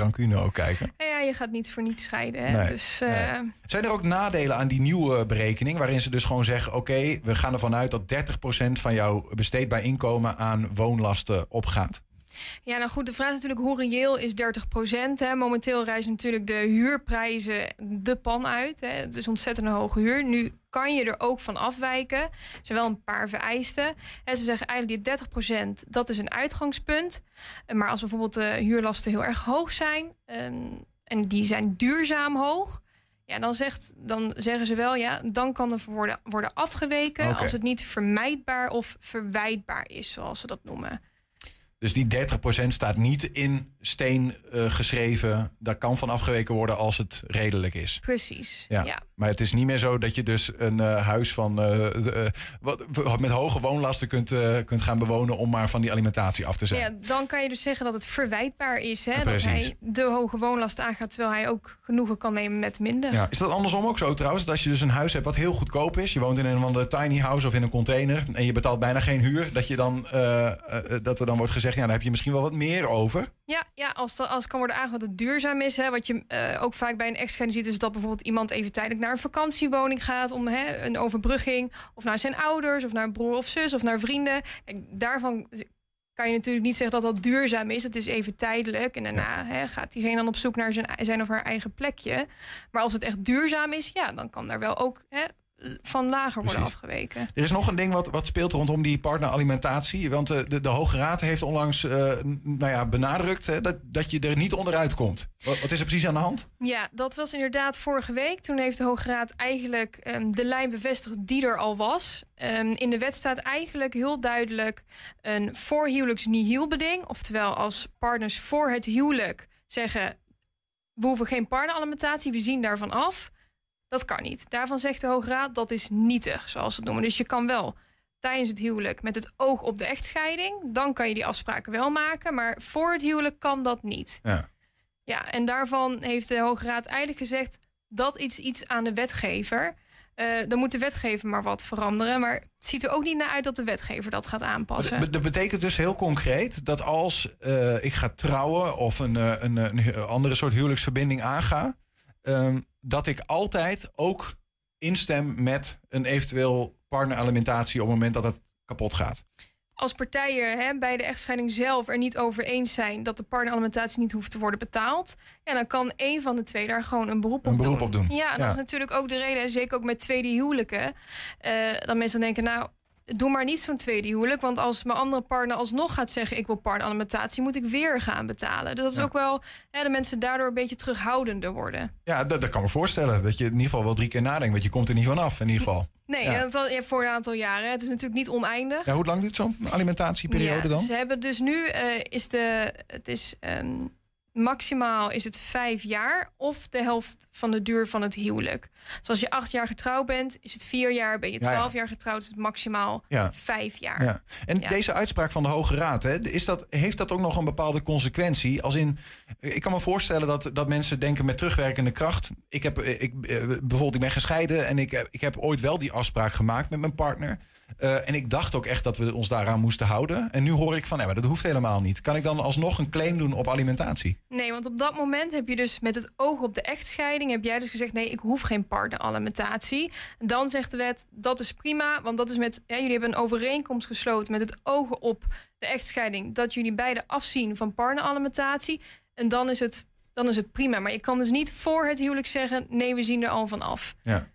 ook kijken. Ja, je gaat niet voor niets scheiden. Hè? Nee, dus, uh... nee. Zijn er ook nadelen aan die nieuwe berekening... waarin ze dus gewoon zeggen... oké, okay, we gaan ervan uit dat dertig procent van jouw besteedbaar inkomen... aan woonlasten opgaat? Ja, nou goed, de vraag is natuurlijk hoe reëel is dertig procent. Hè? Momenteel reizen natuurlijk de huurprijzen de pan uit. Hè? Het is ontzettend een hoge huur. Nu kan je er ook van afwijken. Er zijn wel een paar vereisten. En ze zeggen eigenlijk die dertig procent, dat is een uitgangspunt. Maar als bijvoorbeeld de huurlasten heel erg hoog zijn... Um, en die zijn duurzaam hoog... Ja, dan, zegt, dan zeggen ze wel, ja, dan kan er worden, worden afgeweken... Okay. als het niet vermijdbaar of verwijtbaar is, zoals ze dat noemen. Dus die dertig procent staat niet in steen uh, geschreven. Daar kan van afgeweken worden als het redelijk is. Precies, ja. ja. Maar het is niet meer zo dat je dus een uh, huis van uh, uh, wat, met hoge woonlasten kunt, uh, kunt gaan bewonen... om maar van die alimentatie af te zijn. Ja, dan kan je dus zeggen dat het verwijtbaar is. Hè? Ja, dat hij de hoge woonlast aangaat... terwijl hij ook genoegen kan nemen met minder. Ja. Is dat andersom ook zo trouwens? Dat als je dus een huis hebt wat heel goedkoop is... je woont in een van de tiny house of in een container... en je betaalt bijna geen huur... dat, je dan, uh, uh, dat er dan wordt gezegd... ja, dan heb je misschien wel wat meer over. Ja, ja als, dat, als kan worden aangehaald dat het duurzaam is. Hè, wat je uh, ook vaak bij een echtscheiding ziet... is dat bijvoorbeeld iemand even tijdelijk naar een vakantiewoning gaat... om hè, een overbrugging, of naar zijn ouders... of naar een broer of zus, of naar vrienden. Kijk, daarvan kan je natuurlijk niet zeggen dat dat duurzaam is. Het is even tijdelijk en daarna hè, gaat diegene dan op zoek naar zijn, zijn of haar eigen plekje. Maar als het echt duurzaam is, ja, dan kan daar wel ook... Hè, van lager worden Precies. afgeweken. Er is nog een ding wat, wat speelt rondom die partneralimentatie. Want de, de, de Hoge Raad heeft onlangs uh, nou ja, benadrukt... Hè, dat, dat je er niet onderuit komt. Wat, wat is er precies aan de hand? Ja, dat was inderdaad vorige week. Toen heeft de Hoge Raad eigenlijk um, de lijn bevestigd die er al was. Um, in de wet staat eigenlijk heel duidelijk... een voorhuwelijks nihilbeding. Oftewel als partners voor het huwelijk zeggen... we hoeven geen partneralimentatie, we zien daarvan af... Dat kan niet. Daarvan zegt de Hoge Raad dat is nietig, zoals ze het noemen. Dus je kan wel tijdens het huwelijk met het oog op de echtscheiding... dan kan je die afspraken wel maken, maar voor het huwelijk kan dat niet. Ja, ja en daarvan heeft de Hoge Raad eigenlijk gezegd... dat is iets aan de wetgever. Uh, dan moet de wetgever maar wat veranderen. Maar het ziet er ook niet naar uit dat de wetgever dat gaat aanpassen. Dat betekent dus heel concreet dat als uh, ik ga trouwen... of een, een, een andere soort huwelijksverbinding aanga... Um, dat ik altijd ook instem met een eventueel partneralimentatie... op het moment dat het kapot gaat. Als partijen hè, bij de echtscheiding zelf er niet over eens zijn... dat de partneralimentatie niet hoeft te worden betaald... Ja, dan kan één van de twee daar gewoon een beroep op een beroep doen. Op doen. Ja, dat ja. is natuurlijk ook de reden, zeker ook met tweede huwelijken... Uh, dat mensen denken, nou... doe maar niet zo'n tweede huwelijk. Want als mijn andere partner alsnog gaat zeggen... ik wil partneralimentatie, moet ik weer gaan betalen. Dus dat is ja. ook wel... Hè, de mensen daardoor een beetje terughoudender worden. Ja, dat, dat kan me voorstellen. Dat je in ieder geval wel drie keer nadenkt. Want je komt er niet vanaf, in ieder geval. Nee, ja. dat al, ja, voor een aantal jaren. Het is natuurlijk niet oneindig. Ja, hoe lang duurt zo'n alimentatieperiode ja, dan? Ze hebben dus nu... Uh, is de, het is... Um, maximaal is het vijf jaar of de helft van de duur van het huwelijk. Dus als je acht jaar getrouwd bent, is het vier jaar. Ben je twaalf ja, ja. jaar getrouwd, is het maximaal ja. vijf jaar. Ja. En ja. deze uitspraak van de Hoge Raad, hè, is dat, heeft dat ook nog een bepaalde consequentie? Als in, ik kan me voorstellen dat, dat mensen denken met terugwerkende kracht. Ik heb, ik, bijvoorbeeld, ik ben gescheiden en ik, ik heb ooit wel die afspraak gemaakt met mijn partner. Uh, en ik dacht ook echt dat we ons daaraan moesten houden. En nu hoor ik van, nee, maar dat hoeft helemaal niet. Kan ik dan alsnog een claim doen op alimentatie? Nee, want op dat moment heb je dus met het oog op de echtscheiding... heb jij dus gezegd, nee, ik hoef geen partneralimentatie. Dan zegt de wet, dat is prima. Want dat is met, ja, jullie hebben een overeenkomst gesloten... met het oog op de echtscheiding... dat jullie beide afzien van partneralimentatie. En dan is het, dan is het prima. Maar je kan dus niet voor het huwelijk zeggen... nee, we zien er al van af. Ja.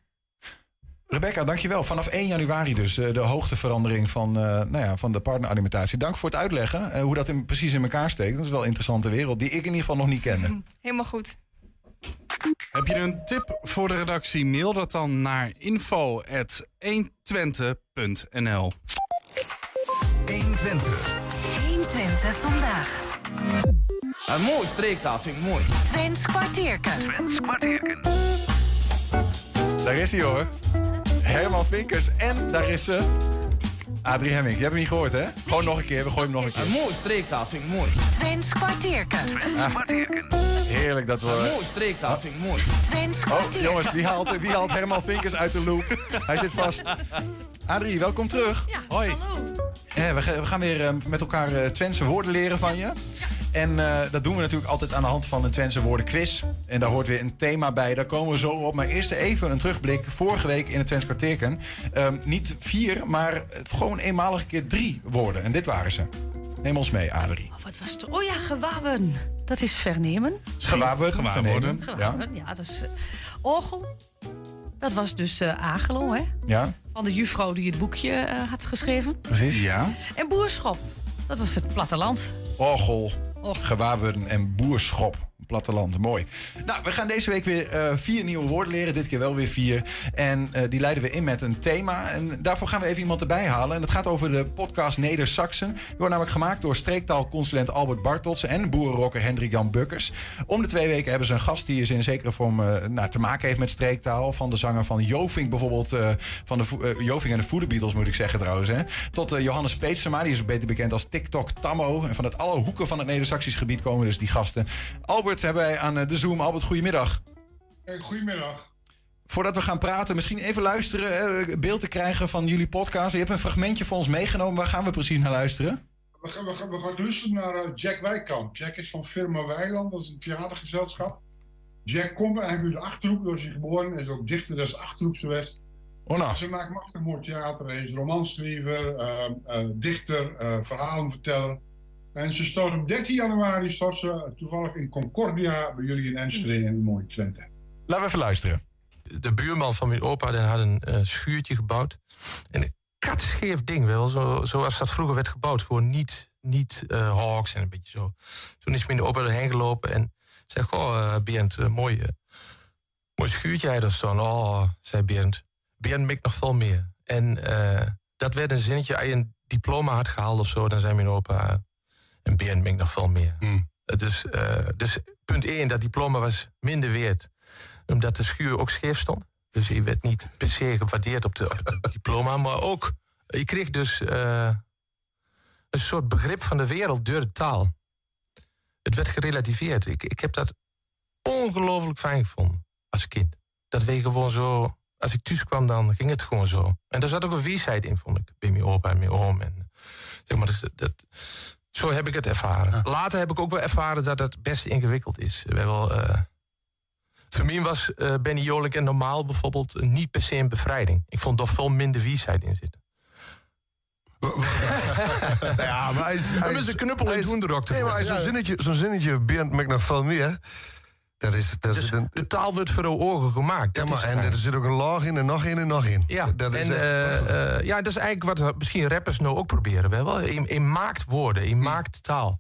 Rebecca, dankjewel. Vanaf één januari dus de hoogteverandering van, uh, nou ja, van de partneralimentatie. Dank voor het uitleggen uh, hoe dat in, precies in elkaar steekt. Dat is wel een interessante wereld die ik in ieder geval nog niet kende. Helemaal goed. Heb je een tip voor de redactie? Mail dat dan naar info at honderdtwintig punt n l. honderdtwintig. honderdtwintig vandaag. Een mooi streektaal, vind ik mooi. Twents kwartierken. Twents kwartierken. Daar is hij hoor. Herman Vinkers en daar is ze. Adrie Hemming. Je hebt hem niet gehoord hè? Gewoon nog een keer, we gooien hem nog een keer. Een mooi streektaal, vind ik mooi. Twents kwartierken. Twents kwartierken. Heerlijk dat we... Een mooi streektaal, vind ik mooi. Twents kwartierken. Oh jongens, wie haalt, wie haalt Herman Vinkers uit de loop? Hij zit vast. Adrie, welkom terug. Ja, hoi. Hallo. Eh, we, we gaan weer uh, met elkaar uh, Twentse woorden leren van je. En uh, dat doen we natuurlijk altijd aan de hand van een Twentse woordenquiz. En daar hoort weer een thema bij. Daar komen we zo op. Maar eerst even een terugblik. Vorige week in het Twents kwartierken. Um, niet vier, maar gewoon eenmalig een keer drie woorden. En dit waren ze. Neem ons mee, Adrie. Oh, wat was het? Oh ja, gewawen. Dat is vernemen. Gewawen, vernemen. Gewawen, ja. ja, dat is uh, orgel. Dat was dus uh, Agelo, hè? Ja. Van de juffrouw die het boekje uh, had geschreven. Precies. Ja. En boerschop. Dat was het platteland. Orgel, gewawen en boerschop. Platteland, mooi. Nou, we gaan deze week weer uh, vier nieuwe woorden leren. Dit keer wel weer vier. En uh, die leiden we in met een thema. En daarvoor gaan we even iemand erbij halen. En dat gaat over de podcast Neder-Saxen. Die wordt namelijk gemaakt door streektaalconsulent Albert Bartels en boerenrocker Hendrik Jan Bukkers. Om de twee weken hebben ze een gast die is in zekere vorm uh, nou, te maken heeft met streektaal. Van de zanger van Jovink bijvoorbeeld. Uh, van de uh, Jovink en de Voeder Beatles moet ik zeggen trouwens. Hè. Tot uh, Johannes Peetsema, die is beter bekend als TikTok Tammo. En vanuit alle hoeken van het Neder-Saxisch gebied komen dus die gasten. Albert hebben wij aan de Zoom. Albert, goedemiddag. Goedemiddag. Voordat we gaan praten, misschien even luisteren, beeld te krijgen van jullie podcast. Je hebt een fragmentje voor ons meegenomen. Waar gaan we precies naar luisteren? We gaan, we gaan, we gaan luisteren naar Jack Wijkamp. Jack is van Firma Weiland, dat is een theatergezelschap. Jack komt eigenlijk uit de Achterhoek, daar is hij geboren. Hij is ook dichter dan de Achterhoekse West. Oh nou. Ze maakt machtig mooi theater. Hij is romanschrijver, uh, uh, dichter, uh, verhalenverteller. En ze stond op dertien januari stond ze toevallig in Concordia bij jullie in Enschede in mooie Twente. Laten we even luisteren. De buurman van mijn opa die had een uh, schuurtje gebouwd. En een katscheef ding, wel, zo, zoals dat vroeger werd gebouwd. Gewoon niet, niet uh, hawks en een beetje zo. Toen is mijn opa erheen gelopen en zei: goh, uh, Bernd, uh, mooi, uh, mooi schuurtje hij er staan. Oh, zei Bernd. Bernd mikt nog veel meer. En uh, dat werd een zinnetje. Als je een diploma had gehaald of zo, dan zei mijn opa... Uh, En B N ben ik nog veel meer. Mm. Dus, uh, dus punt één, dat diploma was minder waard. Omdat de schuur ook scheef stond. Dus je werd niet per se gewaardeerd op, de, op het diploma. Maar ook, je kreeg dus uh, een soort begrip van de wereld door de taal. Het werd gerelativeerd. Ik, ik heb dat ongelooflijk fijn gevonden als kind. Dat we gewoon zo... Als ik thuis kwam, dan ging het gewoon zo. En daar zat ook een wijsheid in, vond ik. Bij mijn opa en mijn oom. En, zeg maar, dat... dat Zo heb ik het ervaren. Ja. Later heb ik ook wel ervaren dat het best ingewikkeld is. We hebben wel, uh... Voor mij was uh, Benny Jolik en Normaal bijvoorbeeld uh, niet per se een bevrijding. Ik vond er veel minder wijsheid in zitten. Ja, maar hij is... Hij is een knuppel in Doendrok. Nee, maar hij is zo'n zinnetje, zo'n zinnetje Bernd maakt nog veel meer. Dat is, dat dus is een... de taal wordt voor de ogen gemaakt. Ja, maar en er zit ook een laag in en nog in en nog in. Ja, dat is en, echt uh, uh, ja, dat is eigenlijk wat misschien rappers nou ook proberen. Wel. Je, je maakt woorden, je maakt taal.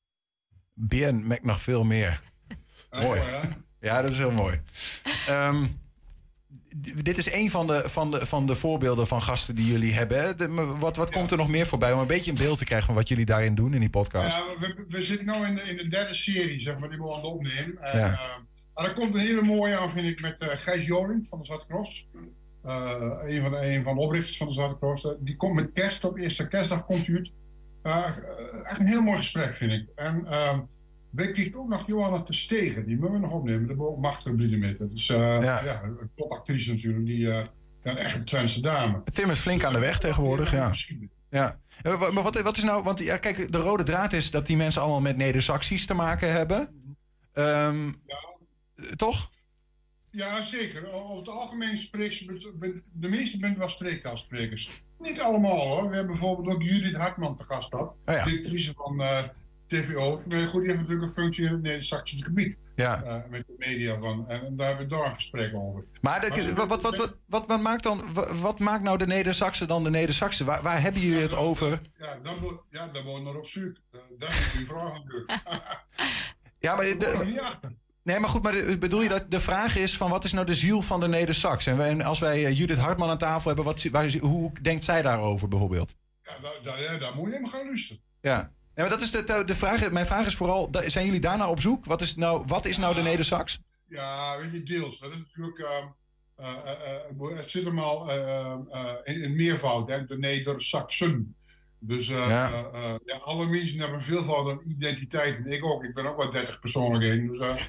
Bernd maakt nog veel meer. Mooi. Ja, dat is heel mooi. Um, d- dit is een van de, van, de, van de voorbeelden van gasten die jullie hebben. Hè? De, wat wat komt er nog meer voorbij om een beetje een beeld te krijgen van wat jullie daarin doen in die podcast? Ja, we, we zitten nu in de, in de derde serie, zeg maar, die we aan het opnemen. En, ja. uh, er komt een hele mooie aan, vind ik, met uh, Gijs Joring van de Zwarte Cross. Uh, een, van de, een van de oprichters van de Zwarte Cross. Uh, die komt met kerst, op eerste kerstdag komt hij uit. Uh, echt een heel mooi gesprek, vind ik. En uh, we kregen ook nog Johanna te Stegen, die moeten we nog opnemen. Dat wordt ook machtig blieden met. Dat is uh, ja. ja, een topactrice natuurlijk, die uh, ja, echt een Twentse dame. Tim is flink aan de weg tegenwoordig, ja. Ja. Maar wat, wat is nou, want ja, kijk, de rode draad is dat die mensen allemaal met Neder-Saxisch te maken hebben. Um, ja. Toch? Ja, zeker. Over het algemeen spreekt ze, de meeste zijn wel streektaalsprekers. Niet allemaal hoor. We hebben bijvoorbeeld ook Judith Hartman te gast gehad. Oh, ja. Directrice van uh, T V O. Maar goed, die heeft natuurlijk een functie in het Neder-Saxisch gebied. Ja. Uh, met de media van. En, en daar hebben we daar een gesprek over. Maar, de, maar wat, wat, wat, wat, wat, wat maakt dan, wat, wat maakt nou de Neder-Saxen dan de Neder-Saxen? Waar, waar hebben jullie ja, het dan, over? Ja, dan, ja, dan wonen we op zoek. Daar is die vraag natuurlijk. Ja, maar... De, Nee, maar goed, maar bedoel je dat de vraag is van wat is nou de ziel van de Neder-Sax? En, wij, en als wij Judith Hartman aan tafel hebben, wat, waar, hoe denkt zij daarover bijvoorbeeld? Ja, daar, daar, ja, daar moet je helemaal gaan luisteren. Ja, ja maar dat is de, de vraag. Mijn vraag is vooral, zijn jullie daarna op zoek? Wat is nou, wat is nou de Neder-Sax? Ja, weet je, deels. Dat is natuurlijk, uh, uh, uh, het zit hem al uh, uh, in, in meervoud, hè, de Neder-Saxen. Dus uh, Ja. ja. Uh, uh, ja, alle mensen hebben veelvoud een identiteit. En ik ook. Ik ben ook wel dertig persoonlijkheden. Dus, uh,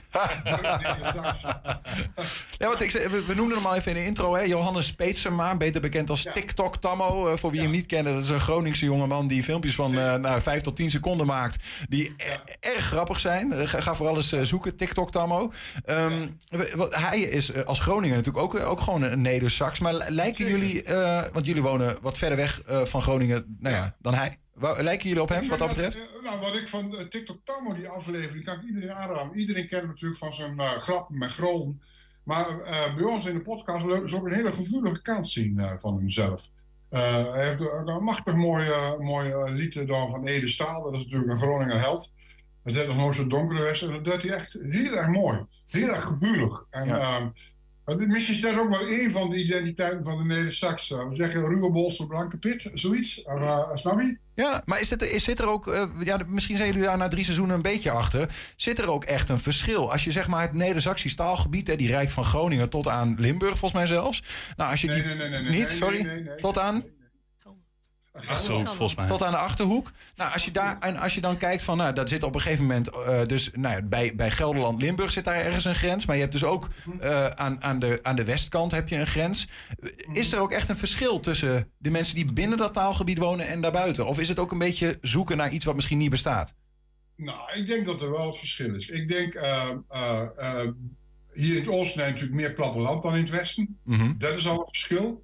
ja, want ik, zei- we, we noemden hem al even in de intro. Hè? Johannes Peetsema, beter bekend als TikTok Tammo. Uh, voor wie hem niet kende, dat is een Groningse jongeman die filmpjes van uh, nou, vijf tot tien seconden maakt. Die er- erg grappig zijn. Uh, ga, ga vooral eens uh, zoeken, TikTok Tammo. Um, we- wat- hij is uh, als Groninger natuurlijk ook, uh, ook gewoon een Neder-Sax. Maar li- lijken jullie, uh, want jullie wonen wat verder weg uh, van Groningen nou ja, dan hij. Wa- Lijken jullie op hem wat dat betreft? Uh, nou, wat ik van uh, TikTok Tammo, die aflevering, kan ik iedereen aanraden. Iedereen kent hem natuurlijk van zijn uh, grappen met Groen. Maar uh, bij ons in de podcast leuk is ook een hele gevoelige kant zien uh, van hemzelf. Uh, hij heeft een, een machtig mooi, uh, mooi uh, lied gedaan van Ede Staal. Dat is natuurlijk een Groninger held. Het heeft nog nooit zo donker geweest. En dat deed hij echt heel erg mooi. Heel erg gevoelig. En Ja. uh, misschien is dat ook wel een van de identiteiten van de Neder-Sax. Uh, we zeggen ruwe bolster, blanke pit, zoiets. Uh, uh, snap je? Ja, maar is het, is, zit er ook, uh, ja, misschien zijn jullie daar na drie seizoenen een beetje achter. Zit er ook echt een verschil? Als je zeg maar het Neder-Saxisch taalgebied, hè, die reikt van Groningen tot aan Limburg volgens mij zelfs. Nou, als je Nee, die, nee, nee, nee, nee, niet, nee, sorry, nee, nee, nee. tot aan... Achterhoek, volgens mij. Tot aan de Achterhoek. Nou, als je daar en als je dan kijkt van, nou, dat zit op een gegeven moment, uh, dus nou ja, bij, bij Gelderland, Limburg zit daar ergens een grens, maar je hebt dus ook uh, aan, aan, de, aan de westkant heb je een grens. Is er ook echt een verschil tussen de mensen die binnen dat taalgebied wonen en daarbuiten? Of is het ook een beetje zoeken naar iets wat misschien niet bestaat? Nou, ik denk dat er wel het verschil is. Ik denk, uh, uh, uh, hier in het oosten heb je natuurlijk meer platteland dan in het westen. Mhm. Dat is al een verschil.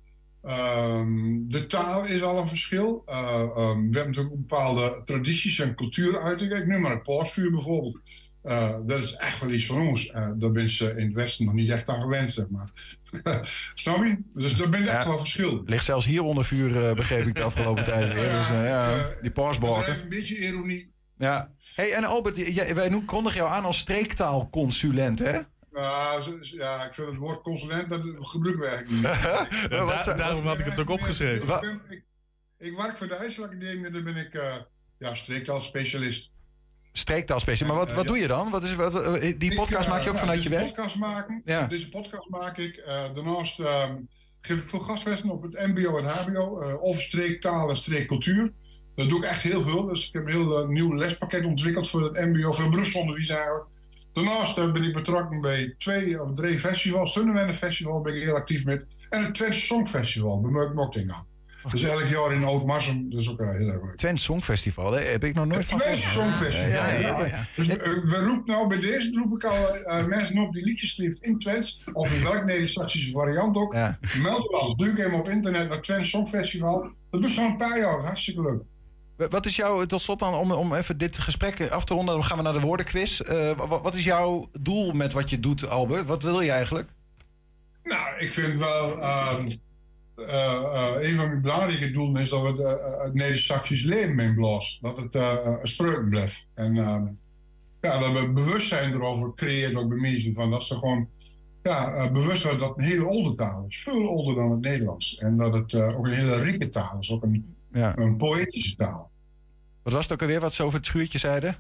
Um, de taal is al een verschil. Uh, um, we hebben natuurlijk bepaalde tradities en cultuuruitingen. Ik noem maar het paasvuur bijvoorbeeld. Uh, dat is echt wel iets van ons. Uh, daar ben je in het westen nog niet echt aan gewend, zeg maar. Snap je? Dus daar ben je echt Ja. wel verschil. Ligt zelfs hier onder vuur, uh, begreep ik de afgelopen tijd. hè? Dus, uh, ja, die paasbalken. Even een beetje ironie. Ja. Hey, en Albert, jij, wij noem- kondigen jou aan als streektaalconsulent, hè? Uh, zo- ja, ik vind het woord consulent, dat gebruiken we eigenlijk niet. Ja, wat Da- zijn- daarom had ik het ook opgeschreven. Ik, ben- ik, ik werk voor de IJsselacademie en daar ben ik uh, ja, streektaalspecialist. Streektaalspecialist. Maar wat, Uh, wat ja. doe je dan? Wat is, wat, uh, die Ik, podcast uh, maak je ook ja, vanuit je deze werk? Podcast maken, Ja. Deze podcast maak ik. Uh, daarnaast um, geef ik veel gastlessen op het M B O en H B O uh, over streektaal en streekcultuur. Dat doe ik echt heel veel. Dus ik heb een heel uh, nieuw lespakket ontwikkeld voor het M B O, voor beroepsonderwijs eigenlijk. Daarnaast uh, ben ik betrokken bij twee of drie festivals. Sunnewende Festival ben ik heel actief met. En het Twente Songfestival bij Mok- Moktinga. Dus elk jaar in Oud-Marsum. Dat is ook uh, heel erg leuk. Twente Songfestival, hè? Heb ik nog nooit van Twente gehoord. Songfestival. Ja, ja, ja. ja, ja. Dus uh, we roepen nou bij deze roep ik al uh, mensen op die liedjes schrijft in Twents. Of in welk Neder-Saxische variant ook. Ja. Meld er al. Doe ik even op internet naar Twente Songfestival. Dat doet zo'n paar jaar. Hartstikke leuk. Wat is jouw, tot slot dan, om, om even dit gesprek af te ronden, dan gaan we naar de woordenquiz. Uh, wat, wat is jouw doel met wat je doet, Albert? Wat wil je eigenlijk? Nou, ik vind wel... Uh, uh, uh, een van mijn belangrijke doelen is dat we het, uh, het Neder-Saxisch leven inblazen. Dat het uh, een spreuk blijft. En uh, ja, dat we bewustzijn erover creëren ook bij mensen. Van dat ze gewoon ja, uh, bewust worden dat het een hele oude taal is. Veel ouder dan het Nederlands. En dat het uh, ook een hele rieke taal is. Ook een, ja. een poëtische taal. Wat was het ook alweer wat ze over het schuurtje zeiden?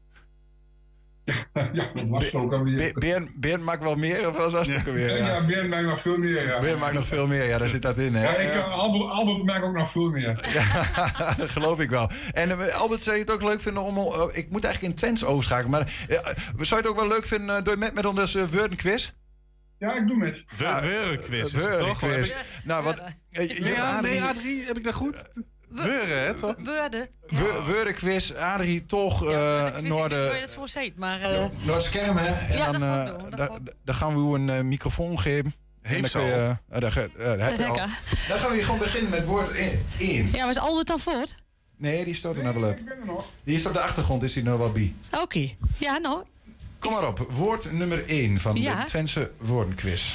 Ja, dat was het ook alweer. Bernd Bernd maakt wel meer, of wat was het ook alweer? Ja, ja Bernd maakt nog veel meer. Ja. Bernd maakt nog veel meer, ja, daar zit dat in. Hè? Ja, ik kan, Albert, Albert maakt ook nog veel meer. Ja, dat geloof ik wel. En uh, Albert, zou je het ook leuk vinden om... Uh, ik moet eigenlijk in Twents overschakelen, maar uh, zou je het ook wel leuk vinden uh, door met, met ons uh, woordenquiz? Ja, ik doe met. Woordenquiz is het toch? Heb ik- Nou, wat... Uh, Nee, ja, nee, Adrie, heb ik dat goed? Weuren, hè, toch? Woorden. Wo- Woordenquiz, Adrie, toch, uh, Ik wist niet hoe je Noorden... dat zo heet, maar... uh, Noordscherm, hè? En Ja, dan, dat gaan we uh, doen, dat da- gaan we da- dan gaan we u een uh, microfoon geven. En dan kun je, uh, uh, daar, ga- uh, daar heb je al. Dan gaan we hier gewoon beginnen met woord één. Ja, maar is Albert dan voort? Nee, die stoot er naar de lucht. Die is op de achtergrond, is die nog wel bij. Oké. Ja, nou. Kom maar op, woord nummer één van Ja. de Twentse woordenquiz.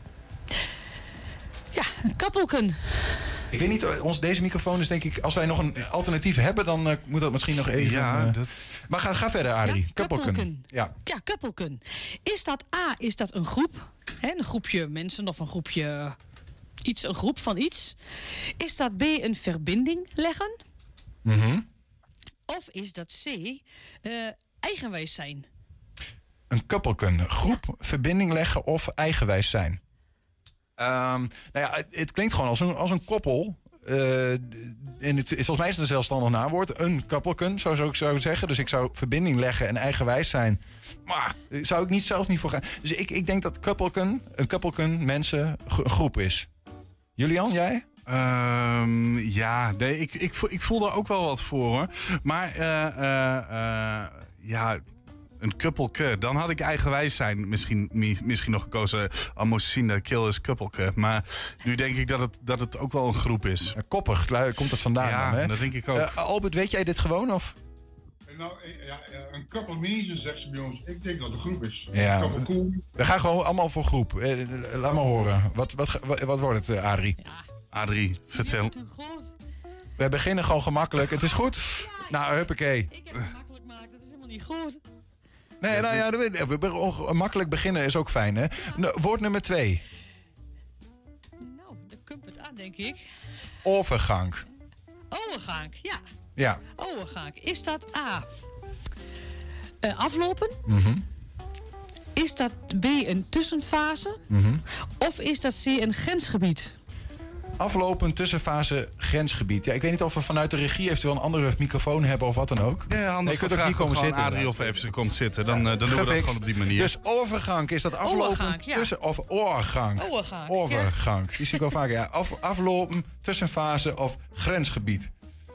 Ja, kappelken. Ik weet niet, ons, deze microfoon is denk ik... Als wij nog een alternatief hebben, dan uh, moet dat misschien nog even... Ja, uh, dat- Maar ga, ga verder, Adrie. Ja, Kappelken. kappelken. Ja. Ja, kappelken. Is dat A, is dat een groep? Hè, een groepje mensen of een groepje... Iets, een groep van iets. Is dat B, een verbinding leggen? Mhm. Of is dat C, uh, eigenwijs zijn? Een kappelken. Groep, verbinding leggen of eigenwijs zijn. Ehm, nou ja, het, het klinkt gewoon als een, als een koppel. Uh, en het, volgens mij is het een zelfstandig naamwoord. Een koppelken, zo zou ik zou zeggen. Dus ik zou verbinding leggen en eigenwijs zijn. Maar zou ik niet zelf niet voor gaan. Dus ik, ik denk dat koppelken, een koppelken, mensen, een groep is. Julian, jij? Um, ja, nee, ik, ik, ik voel daar ook wel wat voor, hoor. Maar, uh, uh, uh, ja... Een kuppelke, dan had ik eigenwijs zijn misschien, misschien nog gekozen. Al moest zien dat kill is kuppelke. Maar nu denk ik dat het, dat het ook wel een groep is. Koppig, komt het vandaan ja, dan, hè? dat denk ik ook. Uh, Albert, weet jij dit gewoon, of? Nou, ja, een couple mensen, zegt ze bij ons. Ik denk dat het een groep is. Ja. Een cool. We gaan gewoon allemaal voor groep. Uh, laat maar horen. Wat, wat, wat, wat wordt het, uh, Adrie? Ja. Adrie, vertel. We beginnen gewoon gemakkelijk. Het is goed? Ja, nou, huppakee. Ik heb het makkelijk gemaakt, dat is helemaal niet goed. Nee, nou ja, we, makkelijk beginnen is ook fijn, hè? Woord nummer twee. Nou, daar komt het aan, denk ik. Overgang. Overgang, ja. Ja. Overgang. Is dat A, uh, aflopen? Mm-hmm. Is dat B, een tussenfase? Mm-hmm. Of is dat C, een grensgebied? Aflopen, tussenfase, grensgebied. Ja, ik weet niet of we vanuit de regie eventueel een andere microfoon hebben of wat dan ook. Ja, anders nee, je kunt ook niet komen zitten. Adrie of even komt zitten, dan, ja, dan doen we dat gewoon op die manier. Dus overgang, is dat aflopen, overgang, ja. tussen... Of oorgang. Overgang. Overgang. Ja. Die zie ik wel vaker. Ja. Af, aflopen, tussenfase of grensgebied.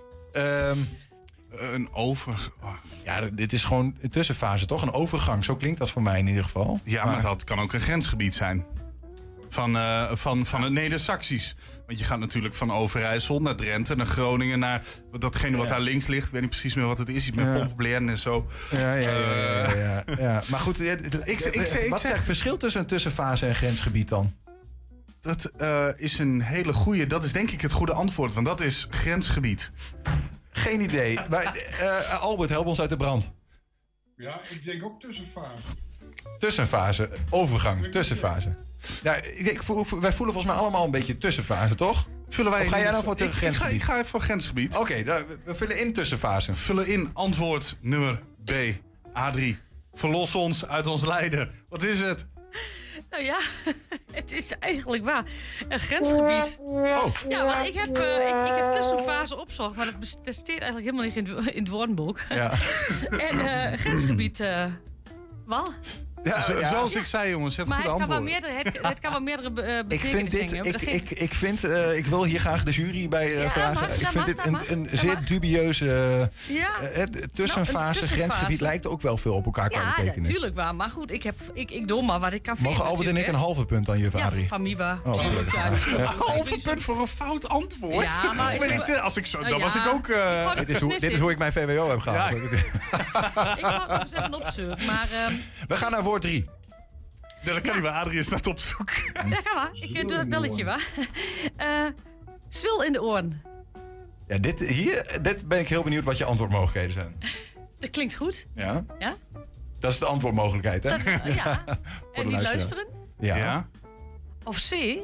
Um, een over... Oh. Ja, dit is gewoon een tussenfase, toch? Een overgang, zo klinkt dat voor mij in ieder geval. Ja, maar, maar dat kan ook een grensgebied zijn. Van, uh, van, van het Neder-Saxisch. Want je gaat natuurlijk van Overijssel naar Drenthe, naar Groningen, naar datgene wat ja. daar links ligt. Ik weet niet precies meer wat het is. Iets met ja. Pompblaine en zo. Ja, ja, ja. ja, ja, ja. ja. Maar goed, ik, ik, ik, ik, ik, wat is het verschil tussen een tussenfase en grensgebied dan? Dat uh, is een hele goede. Dat is denk ik het goede antwoord, want dat is grensgebied. Geen idee. Maar, uh, Albert, help ons uit de brand. Ja, ik denk ook tussenfase. Tussenfase, overgang, tussenfase. Ja, ik, ik, wij voelen volgens mij allemaal een beetje tussenfase, toch? Vullen wij of ga jij nou voor ik, grensgebied? Ik ga, ik ga even voor grensgebied. Oké, okay, we vullen in tussenfase. Vullen in antwoord nummer B. Adrie, verlos ons uit ons lijden. Wat is het? Nou ja, het is eigenlijk waar. Een grensgebied. Oh. Ja, want ik heb, uh, ik, ik heb tussenfase opzocht, maar dat bestaat eigenlijk helemaal niet in het, in het woordenboek. Ja. En uh, grensgebied, uh, wat? Ja, ja. Zoals ik zei, jongens, het maar goede het kan antwoord. wel meerdere, het, het kan wel meerdere uh, betekenissen hebben. Ik, ik, ik, vind, uh, ik wil hier graag de jury bij uh, ja, vragen. Mag, ik vind mag, dit een, mag, een zeer mag. dubieuze uh, ja. uh, tussenfase, nou, tussenfase, grensgebied lijkt ook wel veel op elkaar ja, te betekenen. Ja, natuurlijk waar. Maar goed, ik, heb, ik, ik doe maar wat ik kan vinden. Mogen Albert en ik een halve punt aan juf Adrie? Ja, van Miwa. Oh, ja, dus, een halve punt voor een fout antwoord? Ja, maar ik, ik, als ik zo, dan ja, was ik ook... Uh, dit, is hoe, dit is hoe ik mijn V W O heb gehaald. Ja. Ik ga het nog eens even opzoeken. Maar, um, we gaan naar woord drie. Nee, dat kan niet, maar Adrie is net op zoek. Ja, ga maar. Ik doe dat belletje, waar. Uh, zwil in de oren. Ja, dit, hier, dit ben ik heel benieuwd wat je antwoordmogelijkheden zijn. Dat klinkt goed. Ja? Ja? Dat is de antwoordmogelijkheid, hè? Dat is, ja. En niet luisteren. Ja. ja. Of C. Ja.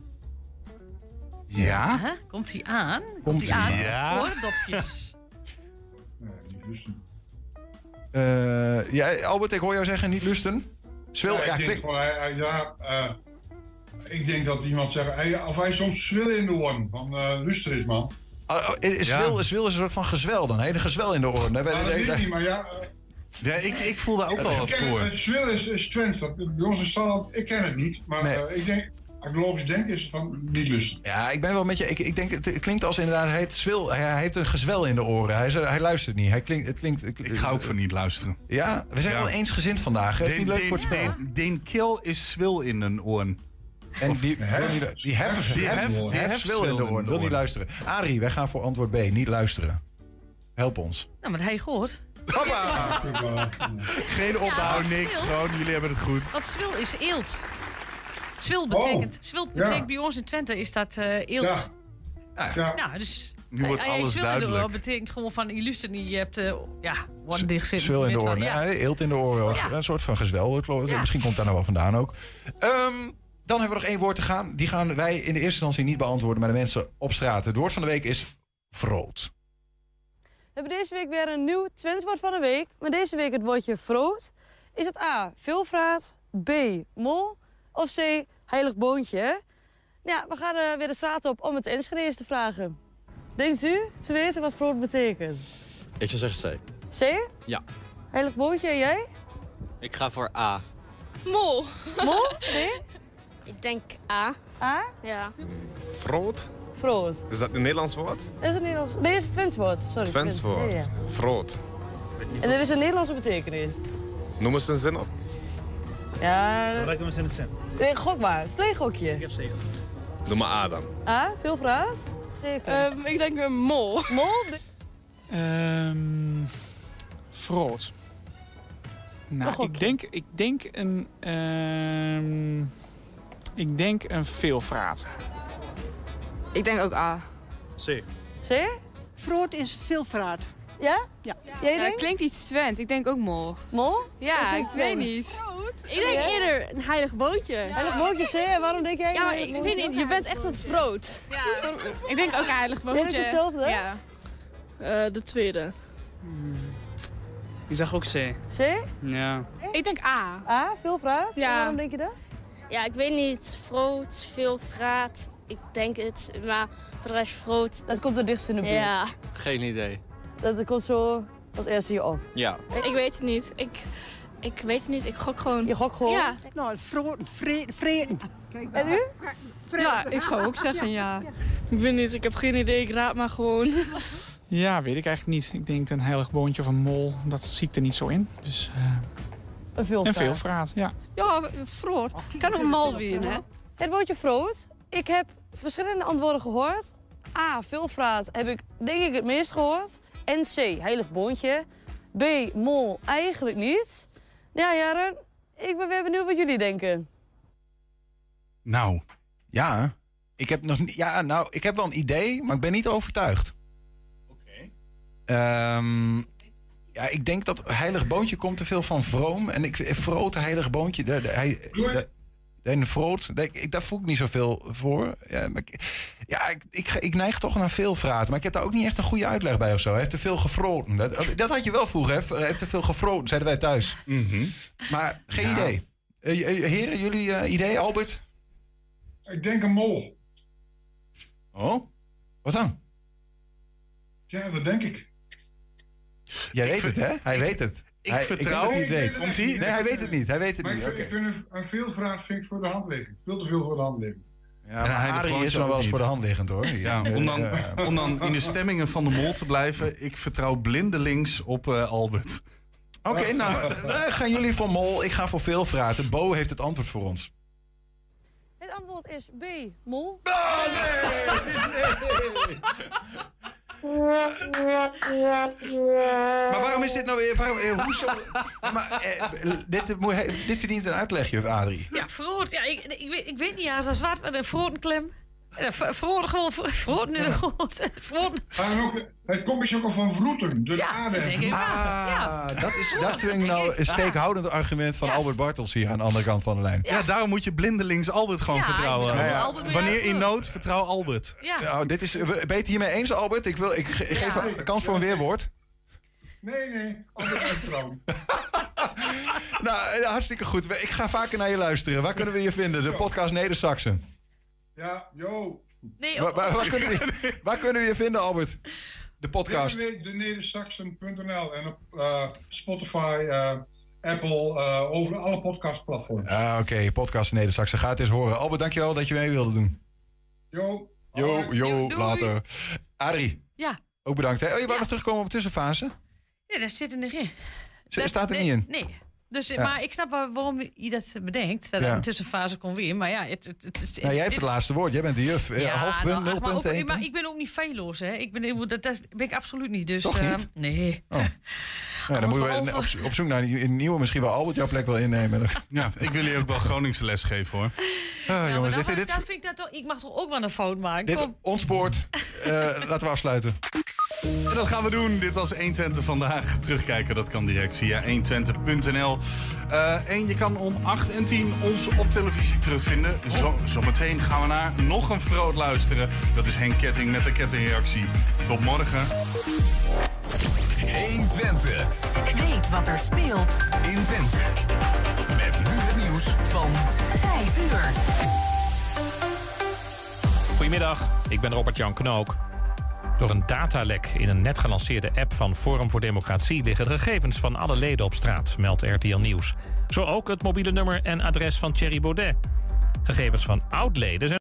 ja. Komt hij aan? Komt hij aan? Ja. Oordopjes. Nee, niet lusten. Uh, ja, Albert, ik hoor jou zeggen niet lusten. Zwil, ja, ja, ik, denk, gewoon, hij, hij, ja, uh, ik denk dat iemand zegt, hij, of hij soms zwil in de oren. Van uh, luster is, man. Uh, is, ja. zwil, zwil is een soort van gezwel dan, hele gezwel in de oren. Nou, dat weet ik niet, maar ja... Uh, ja, ik, ik voel daar ook wel wat voor. Het, zwil is, is Twents. Bij ons is Salland, ik ken het niet. Maar nee. uh, ik denk, als ik logisch denk, is het van niet lusten. Ja, ik ben wel met je. Ik, ik denk, het klinkt als inderdaad, hij heeft, zwil, hij, hij heeft een gezwel in de oren. Hij, hij luistert niet. Hij klinkt, het klinkt, het, ik ga ook van niet luisteren. Ja, we zijn ja. wel eensgezind vandaag. Het is niet leuk voor het spel. Den kill is zwil in een oren. En die, die, hef, die hef, die hef, die hef, hef zwil in de oren. Wil niet luisteren. Arie, wij gaan voor antwoord B. Niet luisteren. Help ons. Nou, maar hij gehoord. Hoppa! Geen opbouw, ja, niks. Gewoon, jullie hebben het goed. Want zwil is eelt. Zwil betekent, oh, zwil betekent ja. bij ons in Twente is dat uh, eelt. Ja. Ja. ja, dus... Nu wordt hij, alles hij duidelijk. Dat betekent gewoon van, je luistert niet, je hebt, uh, ja, wat dicht zitten. Zwil in de oren, ja. eelt in de oren. Ja. Een soort van gezwel, ja. Misschien komt daar nou wel vandaan ook. Um, dan hebben we nog één woord te gaan. Die gaan wij in de eerste instantie niet beantwoorden, maar de mensen op straat. Het woord van de week is vroot. We hebben deze week weer een nieuw Twents woord van de week. Maar deze week het woordje vroot. Is het A, veelvraat, B, mol of C, heilig boontje? Ja, we gaan uh, weer de straat op om het Enschede's te vragen. Denkt u te weten wat vroot betekent? Ik zou zeggen C. C? Ja. Heilig boontje, en jij? Ik ga voor A. Mol. Mol? Nee? Ik denk A. A? Ja. Vroot? Vroot. Is dat een Nederlands woord? Dat is een Nederlands... Nee, dat is een Twents woord. Sorry. Twents woord. Ja, ja. Vroot. En er is een Nederlandse betekenis. Noem eens een zin op. Ja... Dat lijkt me eens in de zin. Nee, gok maar. Kleegokje. Ik heb zeker. Doe maar A dan. A? Veel vraag? Zeker. Um, ik denk een mol. Mol? Um, vroot. Nou, ik denk, ik denk een... Um, ik denk een veelvraat. Ik denk ook A. C. C? Vroot is veelvraat. Ja? Ja. Jij Ja, denkt? het klinkt iets Twents. Ik denk ook mol. Mol? Ja, Ik ik denk weet Twents. niet. Ik denk eerder een heilig boontje. Heilig boontje C, en waarom denk jij? Ja, maar heilig ik boontje? weet niet, je bent echt een vroot. Ja, ik denk ook een heilig Jij denkt boontje. hetzelfde? Ja. Uh, de tweede. Ik zeg ook C. C? Ja. Ik denk A. A? Veel vraag? Ja. En waarom denk je dat? Ja, ik weet niet. Vroot, veel vraat. Ik denk het, maar voor de rest vroot. Dat komt er dichtst in de buurt. Ja. Geen idee. Dat komt zo als eerste hier op. Ja. Ik weet het niet. Ik, ik weet het niet. Ik gok gewoon. Je gok gewoon? Ja. Nou, vroot, vreten, vreten. Kijk, En u? Ja, ik zou ook zeggen ja. Ik weet niet, ik heb geen idee, ik raad maar gewoon. Ja, weet ik eigenlijk niet. Ik denk een heilig boontje of een mol, dat zie ik er niet zo in. Dus, uh, een veelvraat. Een veelvraat, ja. Ja, vroot. Kan ook mal winnen, hè? Het woordje vroot. Ik heb verschillende antwoorden gehoord. A, veelvraat heb ik denk ik het meest gehoord. En C, heilig boontje. B, mol eigenlijk niet. Ja, Jaren, ik ben weer benieuwd wat jullie denken. Nou. Ja, ik heb nog niet. Ja, nou, ik heb wel een idee, maar ik ben niet overtuigd. Oké. Um, ja, ik denk dat heilig boontje komt te veel van vroom. En ik vroot, heilig boontje. De, de, hij, de, en vroot, ik, daar voel ik niet zoveel voor. Ja, maar ik, ja ik, ik, ik neig toch naar veel vraten. Maar ik heb daar ook niet echt een goede uitleg bij of zo. Hij heeft te veel gefroten. Dat, dat had je wel vroeger, hè? Hij heeft te veel gefroten, zeiden wij thuis. Mm-hmm. Maar geen ja. idee. Uh, heren, jullie uh, idee, Albert? Ik denk een mol. Oh? Wat dan? Ja, dat denk ik. Jij ik weet ver... het, hè? Hij ik, weet het. Ik hij, vertrouw... Ik weet het Komt hij? Nee, hij weet het niet. Hij weet het maar niet. ik, Okay. ik vind een, een veelvraat vind ik voor de hand liggen. Veel te veel voor de hand liggen. Ja, maar Arie is nog wel eens voor de hand liggend, hoor. Ja, om, dan, ja. om dan in de stemmingen van de mol te blijven. Ik vertrouw blindelings op uh, Albert. Oké, okay, nou, gaan jullie voor mol. Ik ga voor veelvraten. Bo heeft het antwoord voor ons. Het antwoord is B, mol. Oh, nee, nee. Maar waarom is dit nou weer... Waarom, hoezo? Maar, eh, dit, dit verdient een uitlegje, Adrie. Ja, vroot. Ja, ik, ik, weet, ik weet niet, ja, zo zwart met een vrotenklem. Vroot, gewoon vroot nu. Het komt ook al van vroeten, de ja, aarde. Dat denk ik, ah, ja. dat is dat vind ik nou een steekhoudend argument van ja. Albert Bartels hier aan de andere kant van de lijn. Ja, ja daarom moet je blindelings Albert gewoon ja, vertrouwen. Ja, ja. Wanneer in nood, vertrouw Albert. Ja. Nou, dit is, ben je het hiermee eens, Albert? Ik, wil, ik, ik geef een kans voor een weerwoord. Nee, nee, Albert vertrouwen. Nou, hartstikke goed. Ik ga vaker naar je luisteren. Waar kunnen we je vinden? De podcast Neder-Saxen. Ja, yo. Nee, waar, waar, waar, kunnen we, waar kunnen we je vinden, Albert? De podcast. w w w punt de nedersaxen punt n l en op uh, Spotify, uh, Apple, uh, over alle podcastplatforms. Ah, Oké, okay. podcast Neder-Saxen. Ga het eens horen. Albert, dankjewel dat je mee wilde doen. Yo. Yo, yo, later. Adrie. Ja. Ook bedankt. Hè? Oh, je wou ja. nog terugkomen op tussenfase? Ja, daar zit er niet in. Dat staat er niet in? Nee. Dus, ja. Maar ik snap waarom je dat bedenkt. Dat er ja. een tussenfase komt weer. Maar ja, het, het, het, het, nou, jij hebt het laatste woord. Jij bent de juf. Ja, half punt, nou, nul maar, punt, ook, één maar punt. ik ben ook niet feilloos. Hè. Ik ben, dat, dat ben ik absoluut niet. Dus, Toch niet? Uh, nee. Oh. Ja, dan moeten we op, op zoek naar een nieuwe. Misschien wel Albert jouw plek wel innemen. Ja, ik wil je ook wel Groningse les geven, hoor. Ah, jongens, ja, dit, dit, vind ik, dat toch, ik mag toch ook wel een fout maken? Dit Kom. ontspoort. uh, laten we afsluiten. En dat gaan we doen. Dit was honderdtwintig vandaag. Terugkijken, dat kan direct via honderdtwintig punt n l. Uh, en je kan om acht en tien ons op televisie terugvinden. Zo, zometeen gaan we naar nog een vroot luisteren. Dat is Henk Ketting met de kettingreactie. Tot morgen. honderdtwintig. Weet wat er speelt in Twente. Met nu het nieuws van vijf uur. Goedemiddag, ik ben Robert-Jan Knook. Door een datalek in een net gelanceerde app van Forum voor Democratie liggen de gegevens van alle leden op straat, meldt R T L Nieuws. Zo ook het mobiele nummer en adres van Thierry Baudet. Gegevens van oud-leden zijn